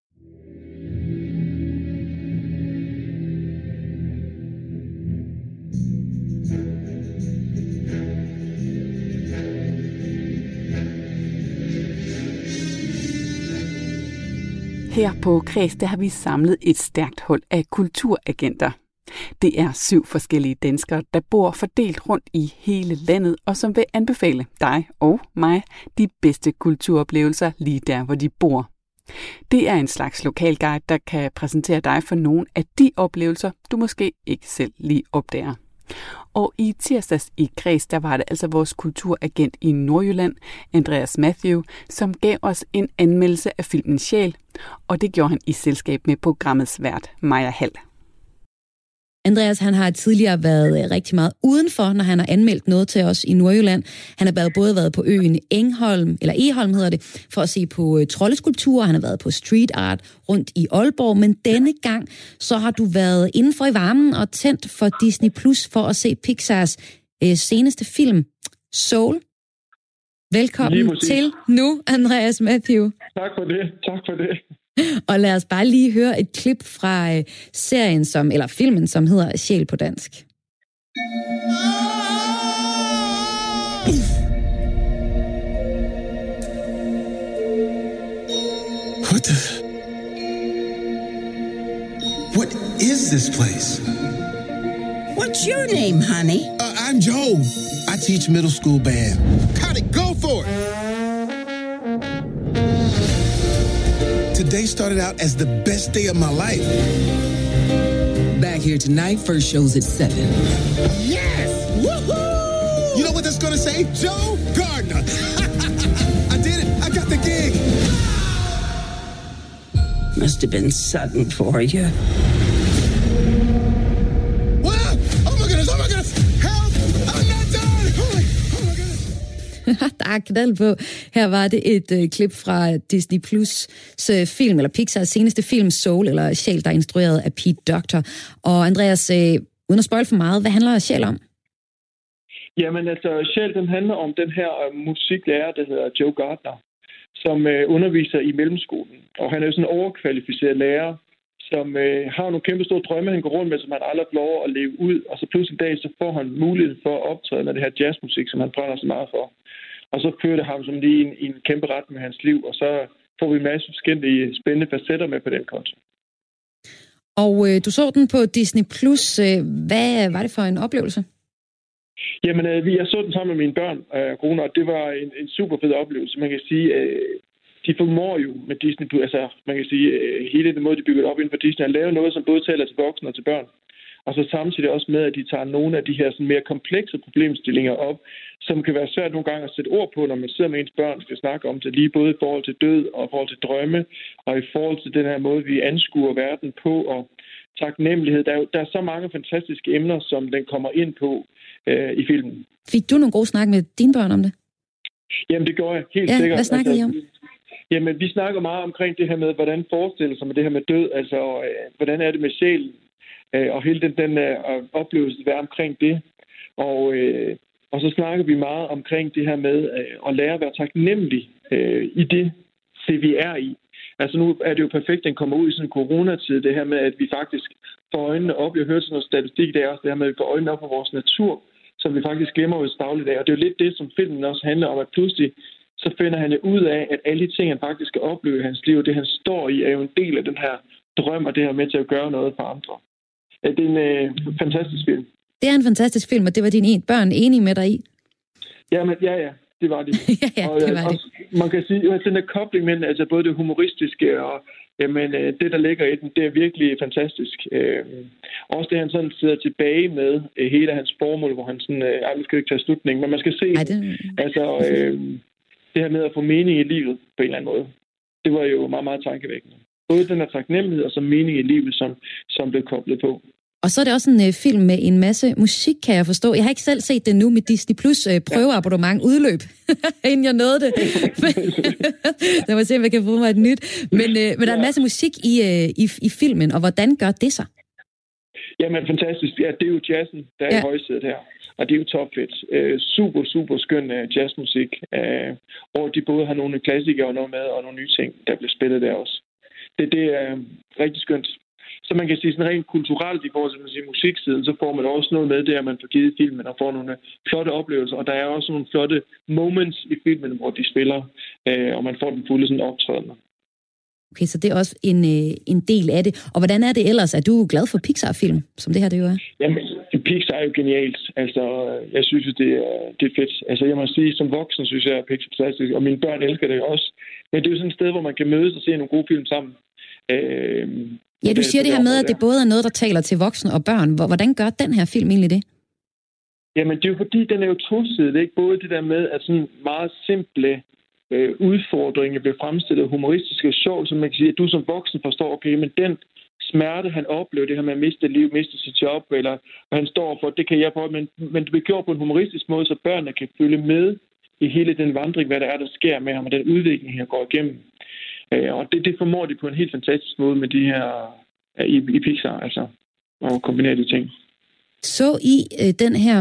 Her på Kreds, der har vi samlet et stærkt hold af kulturagenter. Det er 7 forskellige danskere, der bor fordelt rundt i hele landet, og som vil anbefale dig og mig de bedste kulturoplevelser lige der, hvor de bor. Det er en slags lokalguide, der kan præsentere dig for nogle af de oplevelser, du måske ikke selv lige opdager. Og i tirsdags i Kreds, der var det altså vores kulturagent i Nordjylland, Andreas Matthew, som gav os en anmeldelse af filmen Sjæl, og det gjorde han i selskab med programmets vært, Maja Hall. Andreas, han har tidligere været rigtig meget udenfor, når han har anmeldt noget til os i Nordjylland. Han har både været på øen Egholm hedder det, for at se på troldeskulpturer. Han har været på street art rundt i Aalborg, men denne gang så har du været indenfor i varmen og tændt for Disney Plus for at se Pixars seneste film, Soul. Velkommen til nu, Andreas Matthew. Tak for det. Og lad os bare lige høre et klip fra serien, eller filmen, som hedder Sjæl på dansk. What is this place? What's your name, honey? I'm Joe. I teach middle school band. Cut it, go for it! Today started out as the best day of my life. Back here tonight, first show's at 7. Yes! Woohoo! You know what that's gonna say? Joe Gardner. I did it. I got the gig. Must have been sudden for you. What? Oh my goodness! Help! I'm not done! Oh my goodness! Der er knald på. Her var det et klip fra Disney Plus' film, eller Pixars seneste film, Soul, eller Sjæl, der er instrueret af Pete Docter. Og Andreas, uden at spoil for meget, hvad handler Sjæl om? Jamen altså, Sjæl, den handler om den her musiklærer, der hedder Joe Gardner, som underviser i mellemskolen. Og han er jo sådan en overkvalificeret lærer, som har nogle kæmpe store drømme, han går rundt med, som han aldrig får lov at leve ud. Og så pludselig en dag, så får han mulighed for at optræde med det her jazzmusik, som han brænder så meget for. Og så fører det ham som lige i en kæmpe ret med hans liv, og så får vi en masse forskellige spændende facetter med på den konto. Og du så den på Disney+. Hvad var det for en oplevelse? Jamen, jeg så den sammen med mine børn og kone, og det var en super fed oplevelse. Man kan sige, de formår jo med Disney+, altså man kan sige, hele den måde, de bygger op inden for Disney, at lave noget, som både taler til voksne og til børn. Og så samtidig også med, at de tager nogle af de her sådan mere komplekse problemstillinger op, som kan være svært nogle gange at sætte ord på, når man sidder med ens børn, skal snakke om det, lige både i forhold til død og i forhold til drømme, og i forhold til den her måde, vi anskuer verden på, og taknemmelighed. Der er så mange fantastiske emner, som den kommer ind på i filmen. Fik du nogle gode snak med dine børn om det? Jamen, det gør jeg helt sikkert. Hvad snakkede I om? Jamen, vi snakker meget omkring det her med, hvordan forestiller sig med det her med død, altså hvordan er det med sjælen, og hele den oplevelse, der er omkring det. Og så snakker vi meget omkring det her med at lære at være taknemmelig i det vi er i. Altså nu er det jo perfekt, at den kommer ud i sådan en coronatid, det her med, at vi faktisk får øjnene op. Jeg hørte sådan noget statistik, det er også det her med, at vi får øjnene op på vores natur, som vi faktisk glemmer ved dagligdag. Og det er jo lidt det, som filmen også handler om, at pludselig så finder han ud af, at alle de ting, han faktisk skal opleve i hans liv, det han står i, er jo en del af den her drøm, og det her med til at gøre noget for andre. Det er en fantastisk film. Det er en fantastisk film, og det var dine børn enige med dig i? Jamen, ja, det var det. Og det var også, det. Man kan sige, at den der kobling mellem altså både det humoristiske og det, der ligger i den, det er virkelig fantastisk. Også det, han sådan sidder tilbage med hele hans formål, hvor han sådan, man skal ikke tage slutningen, men man skal se det her med at få mening i livet på en eller anden måde. Det var jo meget, meget tankevækkende. Både den her taknemmelighed og så mening i livet, som blev koblet på. Og så er det også en film med en masse musik, kan jeg forstå. Jeg har ikke selv set det nu med Disney Plus prøveabonnement udløb, inden jeg nåede det. Så må se, om jeg kan få mig et nyt. Men der er en masse musik i filmen, og hvordan gør det sig? Jamen, fantastisk. Ja, det er jo jazzen, der er i højsædet her. Og det er jo topfedt. Super, super skøn jazzmusik. Og de både har nogle klassikere og noget med, og nogle nye ting, der bliver spillet der også. Det er rigtig skønt. Så man kan sige sådan rent kulturelt i forhold til musiksiden, så får man også noget med det, at man får givet filmen og får nogle flotte oplevelser. Og der er også nogle flotte moments i filmen, hvor de spiller, og man får den fulde sådan optræden. Okay, så det er også en del af det. Og hvordan er det ellers? Er du glad for Pixar-film, som det her det jo er? Jamen, Pixar er jo genialt. Altså, jeg synes, det er fedt. Altså, jeg må sige, som voksen synes jeg, at Pixar er fantastisk, og mine børn elsker det også. Men det er jo sådan et sted, hvor man kan mødes og se nogle gode film sammen. Ja, du siger det her med, at det både er noget, der taler til voksne og børn. Hvordan gør den her film egentlig det? Jamen, det er jo fordi, den er jo tosidig. Det er ikke både det der med, at sådan meget simple udfordringer bliver fremstillet humoristisk og sjovt, som man kan sige, at du som voksen forstår, okay, men den smerte, han oplever, det her med at miste liv, miste sit job, eller hvad han står for, det kan jeg prøve, men det bliver gjort på en humoristisk måde, så børnene kan følge med i hele den vandring, hvad der er, der sker med ham, og den udvikling, han går igennem. Og det formår de på en helt fantastisk måde med de her i Pixar, altså, og kombinere de ting. Så I den her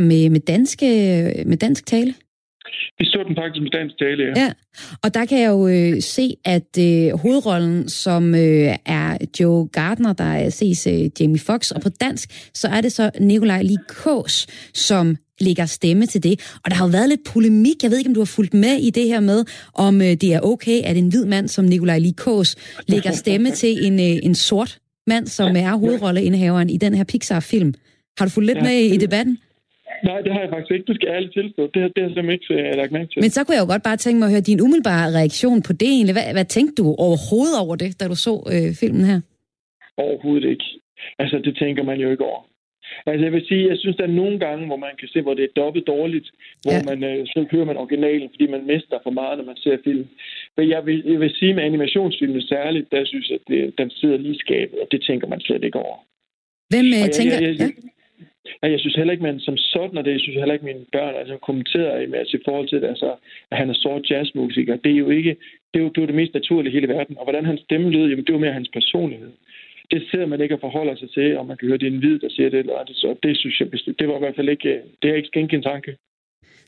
med dansk tale? Vi så den faktisk med dansk tale, ja. Ja, og der kan jeg jo se, at hovedrollen, som er Joe Gardner, der ses Jamie Foxx, og på dansk, så er det så Nikolaj Lie Kaas, som lægger stemme til det. Og der har jo været lidt polemik, jeg ved ikke, om du har fulgt med i det her med, om det er okay, at en hvid mand som Nikolaj Lie Kaas lægger stemme til en sort mand, som er hovedrolleindehaveren i den her Pixar-film. Har du fulgt lidt med i debatten? Nej, det har jeg faktisk ikke. Du skal ærligt tilstå. Det har jeg simpelthen ikke lagt mærke til. Men så kunne jeg jo godt bare tænke mig at høre din umiddelbare reaktion på det egentlig. Hvad tænkte du overhovedet over det, da du så filmen her? Overhovedet ikke. Altså, det tænker man jo ikke over. Altså, jeg vil sige, jeg synes, der er nogle gange, hvor man kan se, hvor det er dobbelt dårligt, hvor man så hører man originalen, fordi man mister for meget, når man ser film. Men jeg vil sige, med animationsfilmen særligt, der synes jeg, at den sidder lige i skabet, og det tænker man slet ikke over. Hvem tænker... Jeg synes heller ikke, man som sådan, og det synes jeg heller ikke, mine børn kommenterer med i forhold til det, altså, at han er sort jazzmusiker. Det er jo ikke, det er jo det mest naturlige i hele verden. Og hvordan hans stemme lyder, jamen, det er jo mere hans personlighed. Det sidder man ikke og forholder sig til, og man kan høre, det er en hvid, der siger det eller andet. Så det synes jeg, det var i hvert fald ikke, det er ikke skænke en tanke.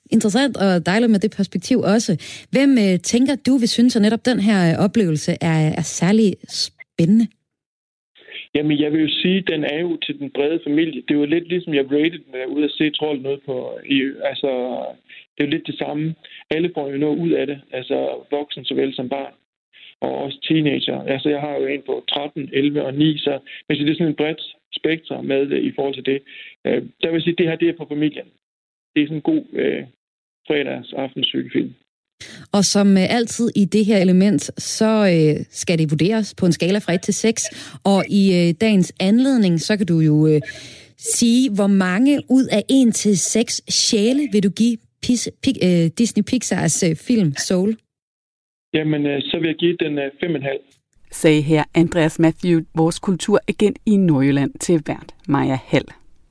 interessant og dejligt med det perspektiv også. Hvem tænker du, vi synes, at netop den her oplevelse er særlig spændende? Jamen, jeg vil jo sige, at den er jo til den brede familie. Det er jo lidt ligesom, jeg rated den ud at se trolden noget på. Altså, det er jo lidt det samme. Alle får jo noget ud af det. Altså, voksen såvel som barn. Og også teenager. Altså, jeg har jo en på 13, 11 og 9, så hvis det er sådan en bredt spektrum med i forhold til det, der vil sige, at det her, det er for familien. Det er sådan en god fredags aftenscykelfilm. Og som altid i det her element, så skal det vurderes på en skala fra 1 til 6. Og i dagens anledning, så kan du jo sige, hvor mange ud af 1 til 6 sjæle vil du give Disney Pixars film Soul? Jamen, så vil jeg give den 5,5. Sagde her Andreas Matthew, vores kulturagent i Nordjylland, til vært Maja Hall.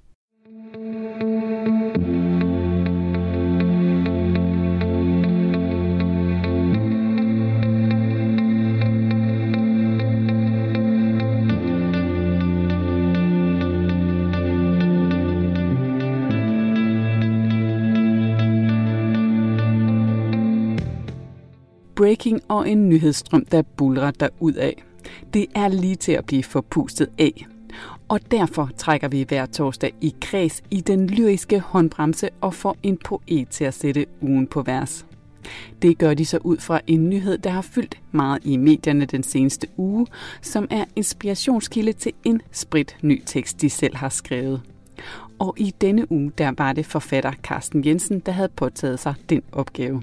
Breaking og en nyhedsstrøm, der buldrer derudad. Det er lige til at blive forpustet af. Og derfor trækker vi hver torsdag i kreds i den lyriske håndbremse og får en poet til at sætte ugen på vers. Det gør de så ud fra en nyhed, der har fyldt meget i medierne den seneste uge, som er inspirationskilde til en spritny tekst, de selv har skrevet. Og i denne uge, der var det forfatter Carsten Jensen, der havde påtaget sig den opgave.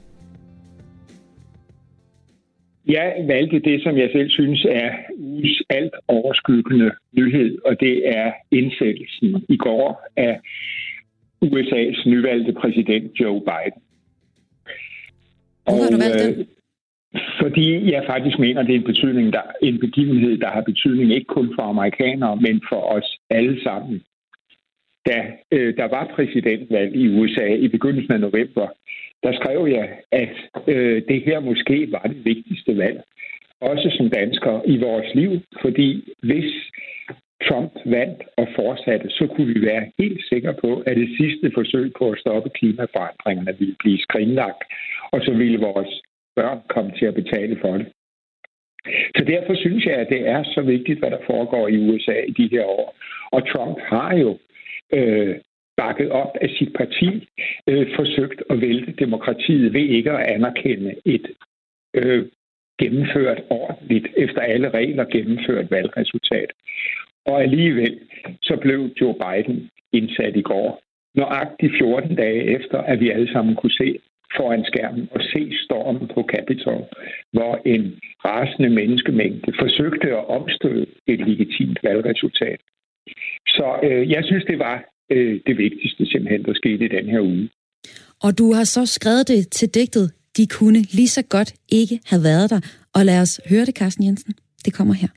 Jeg valgte det, som jeg selv synes er ugens alt overskyggende nyhed, og det er indsættelsen i går af USA's nyvalgte præsident Joe Biden. Hvorfor har du valgt den? Fordi jeg faktisk mener, det er en begivenhed, der har betydning ikke kun for amerikanere, men for os alle sammen. Da der var præsidentvalg i USA i begyndelsen af november, der skrev jeg, at det her måske var det vigtigste valg, også som danskere i vores liv, fordi hvis Trump vandt og fortsatte, så kunne vi være helt sikre på, at det sidste forsøg på at stoppe klimaforandringerne ville blive skrinlagt, og så ville vores børn komme til at betale for det. Så derfor synes jeg, at det er så vigtigt, hvad der foregår i USA i de her år. Og Trump har jo bakket op af sit parti, forsøgt at vælte demokratiet ved ikke at anerkende et gennemført ordentligt, efter alle regler gennemført valgresultat. Og alligevel så blev Joe Biden indsat i går. Nøjagtigt 14 dage efter, at vi alle sammen kunne se foran skærmen og se stormen på Capitol, hvor en rasende menneskemængde forsøgte at omstøde et legitimt valgresultat. Så jeg synes, det var det vigtigste simpelthen, der skete i den her uge. Og du har så skrevet det til digtet, de kunne lige så godt ikke have været der. Og lad os høre det, Carsten Jensen. Det kommer her.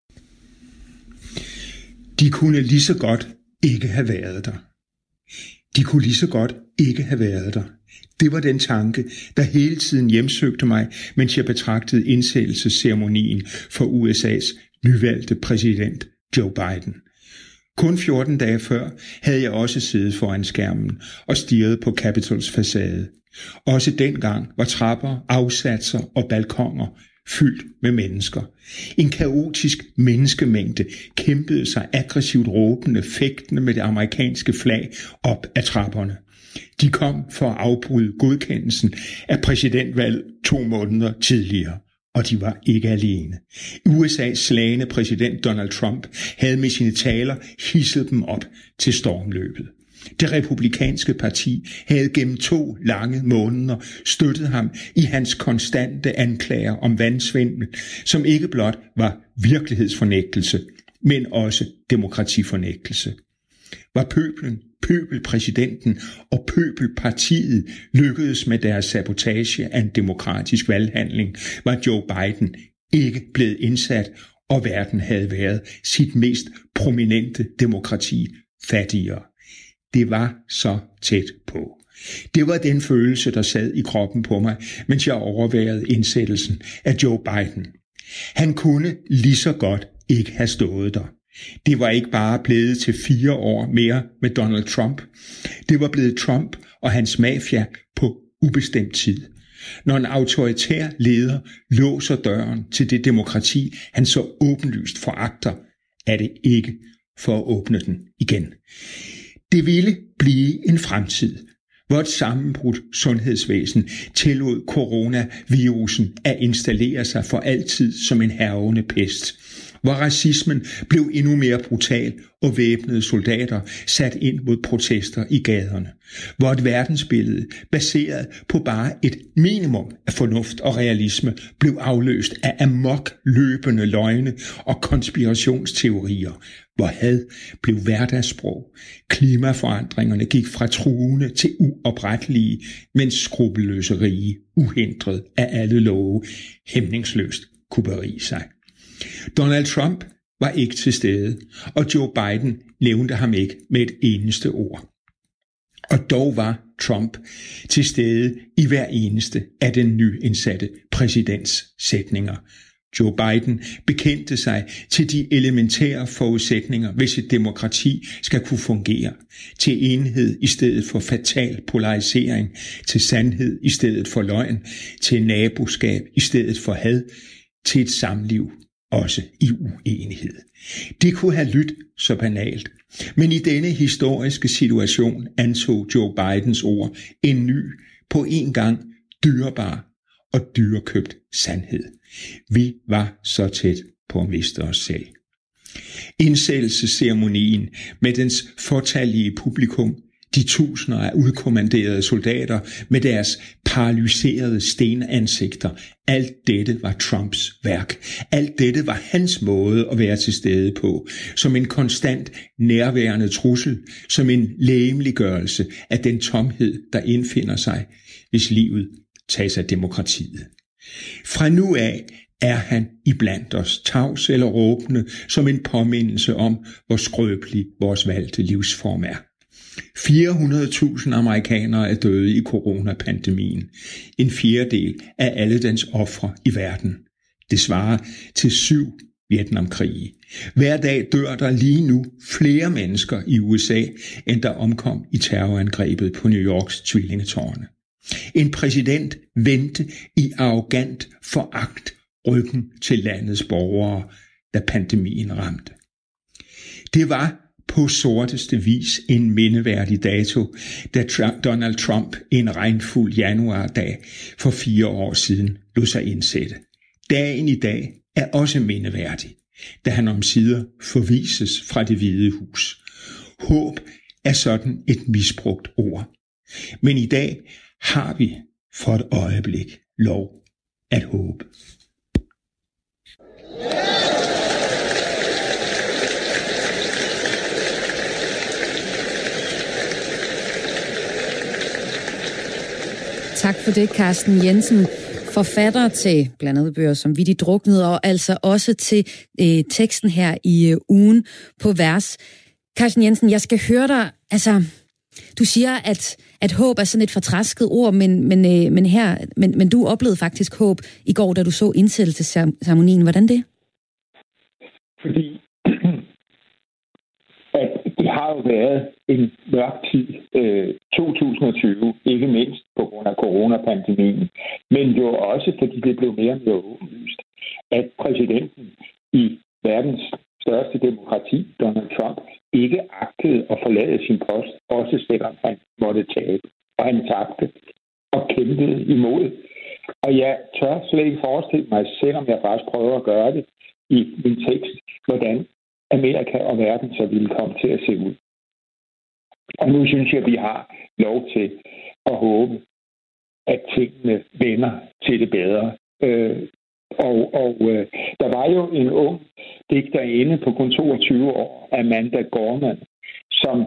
De kunne lige så godt ikke have været der. De kunne lige så godt ikke have været der. Det var den tanke, der hele tiden hjemsøgte mig, mens jeg betragtede indsættelsesceremonien for USA's nyvalgte præsident Joe Biden. Kun 14 dage før havde jeg også siddet foran skærmen og stirret på Capitols facade. Også dengang var trapper, afsatser og balkoner fyldt med mennesker. En kaotisk menneskemængde kæmpede sig aggressivt råbende, fægtende med det amerikanske flag op ad trapperne. De kom for at afbryde godkendelsen af præsidentvalg 2 måneder tidligere. Og de var ikke alene. USA's slagne præsident Donald Trump havde med sine taler hisset dem op til stormløbet. Det republikanske parti havde gennem 2 lange måneder støttet ham i hans konstante anklager om vandsvindel, som ikke blot var virkelighedsfornægtelse, men også demokratifornægtelse. Var pøbelpræsidenten og pøbelpartiet lykkedes med deres sabotage af en demokratisk valghandling, var Joe Biden ikke blevet indsat, og verden havde været sit mest prominente demokrati fattigere. Det var så tæt på. Det var den følelse, der sad i kroppen på mig, mens jeg overværede indsættelsen af Joe Biden. Han kunne lige så godt ikke have stået der. Det var ikke bare blevet til 4 år mere med Donald Trump. Det var blevet Trump og hans mafia på ubestemt tid. Når en autoritær leder låser døren til det demokrati, han så åbenlyst foragter, er det ikke for at åbne den igen. Det ville blive en fremtid, hvor et sammenbrudt sundhedsvæsen tillod coronavirusen at installere sig for altid som en hærgende pest, hvor racismen blev endnu mere brutal og væbnede soldater sat ind mod protester i gaderne, hvor et verdensbillede baseret på bare et minimum af fornuft og realisme blev afløst af amok løbende løgne og konspirationsteorier, hvor had blev hverdagssprog. Klimaforandringerne gik fra truende til uoprettelige, mens skrupelløse rige, uhindret af alle love, hæmningsløst kunne berige sig. Donald Trump var ikke til stede, og Joe Biden nævnte ham ikke med et eneste ord. Og dog var Trump til stede i hver eneste af den nyindsatte præsidents sætninger. Joe Biden bekendte sig til de elementære forudsætninger, hvis et demokrati skal kunne fungere. Til enhed i stedet for fatal polarisering, til sandhed i stedet for løgn, til naboskab i stedet for had, til et samliv også i uenighed. Det kunne have lyttet så banalt, men i denne historiske situation antog Joe Bidens ord en ny, på en gang dyrebar og dyrekøbt sandhed. Vi var så tæt på at miste os selv. Indsættelsesceremonien med dens fortallige publikum, de tusinder af udkommanderede soldater med deres paralyserede stenansigter, alt dette var Trumps værk. Alt dette var hans måde at være til stede på, som en konstant nærværende trussel, som en legemliggørelse af den tomhed, der indfinder sig, hvis livet tages af demokratiet. Fra nu af er han iblandt os, tavs eller råbende, som en påmindelse om, hvor skrøbelig vores valgte livsform er. 400.000 amerikanere er døde i coronapandemien. En fjerdedel af alle dens ofre i verden. Det svarer til 7 Vietnamkrige. Hver dag dør der lige nu flere mennesker i USA, end der omkom i terrorangrebet på New Yorks tvillingetårne. En præsident vendte i arrogant foragt ryggen til landets borgere, da pandemien ramte. Det var på sorteste vis en mindeværdig dato, da Donald Trump en regnfuld januardag for 4 år siden lod sig indsætte. Dagen i dag er også mindeværdig, da han omsider forvises fra Det Hvide Hus. Håb er sådan et misbrugt ord. Men i dag har vi for et øjeblik lov at håbe. Tak for det, Carsten Jensen. Forfatter til blandt andet bøger som Vittig Druknet, og altså også til teksten her i ugen på vers. Carsten Jensen, jeg skal høre dig, altså, du siger, at håb er sådan et fortræsket ord, men du oplevede faktisk håb i går, da du så indsættelsesceremonien. Hvordan det? Fordi at det har jo været en mørk tid, 2020, ikke mindst på grund af coronapandemien, men jo også fordi det blev mere og mere åbenlyst, at præsidenten i verdens største demokrati, Donald Trump, ikke agtede at forlade sin post, også selvom han måtte tabe. Og han tabte og kæmpede imod. Og jeg tør slet ikke forestille mig, selvom jeg faktisk prøver at gøre det i min tekst, hvordan Amerika og verden så ville komme til at se ud. Og nu synes jeg, at vi har lov til at håbe, at tingene vender til det bedre. Der var jo en ung digterinde på kun 22 år, Amanda Gorman, som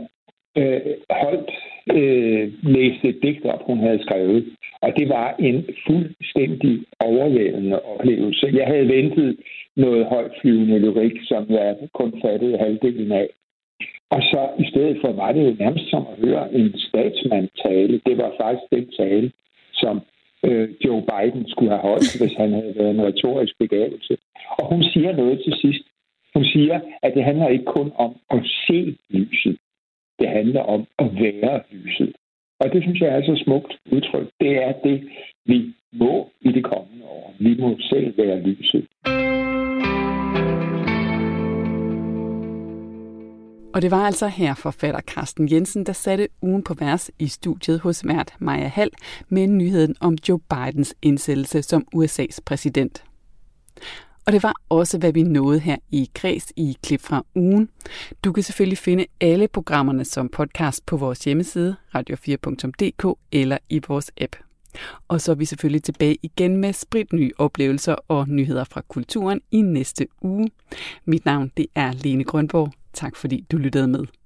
læste et digt op, hun havde skrevet. Og det var en fuldstændig overvældende oplevelse. Jeg havde ventet noget højtflyvende lyrik, som jeg kun fattede halvdelen af. Og så i stedet for var det jo nærmest som at høre en statsmand tale. Det var faktisk den tale, som Joe Biden skulle have holdt, hvis han havde været en retorisk begavelse. Og hun siger noget til sidst. Hun siger, at det handler ikke kun om at se lyset. Det handler om at være lyset. Og det synes jeg er så smukt udtryk. Det er det, vi må i det kommende år. Vi må selv være lyset. Og det var altså her forfatter Carsten Jensen, der satte ugen på vers i studiet hos vært Maja Hall med nyheden om Joe Bidens indsættelse som USA's præsident. Og det var også, hvad vi nåede her i Kreds i Klip fra ugen. Du kan selvfølgelig finde alle programmerne som podcast på vores hjemmeside, radio4.dk eller i vores app. Og så er vi selvfølgelig tilbage igen med spritnye oplevelser og nyheder fra kulturen i næste uge. Mit navn det er Lene Grønborg. Tak fordi du lyttede med.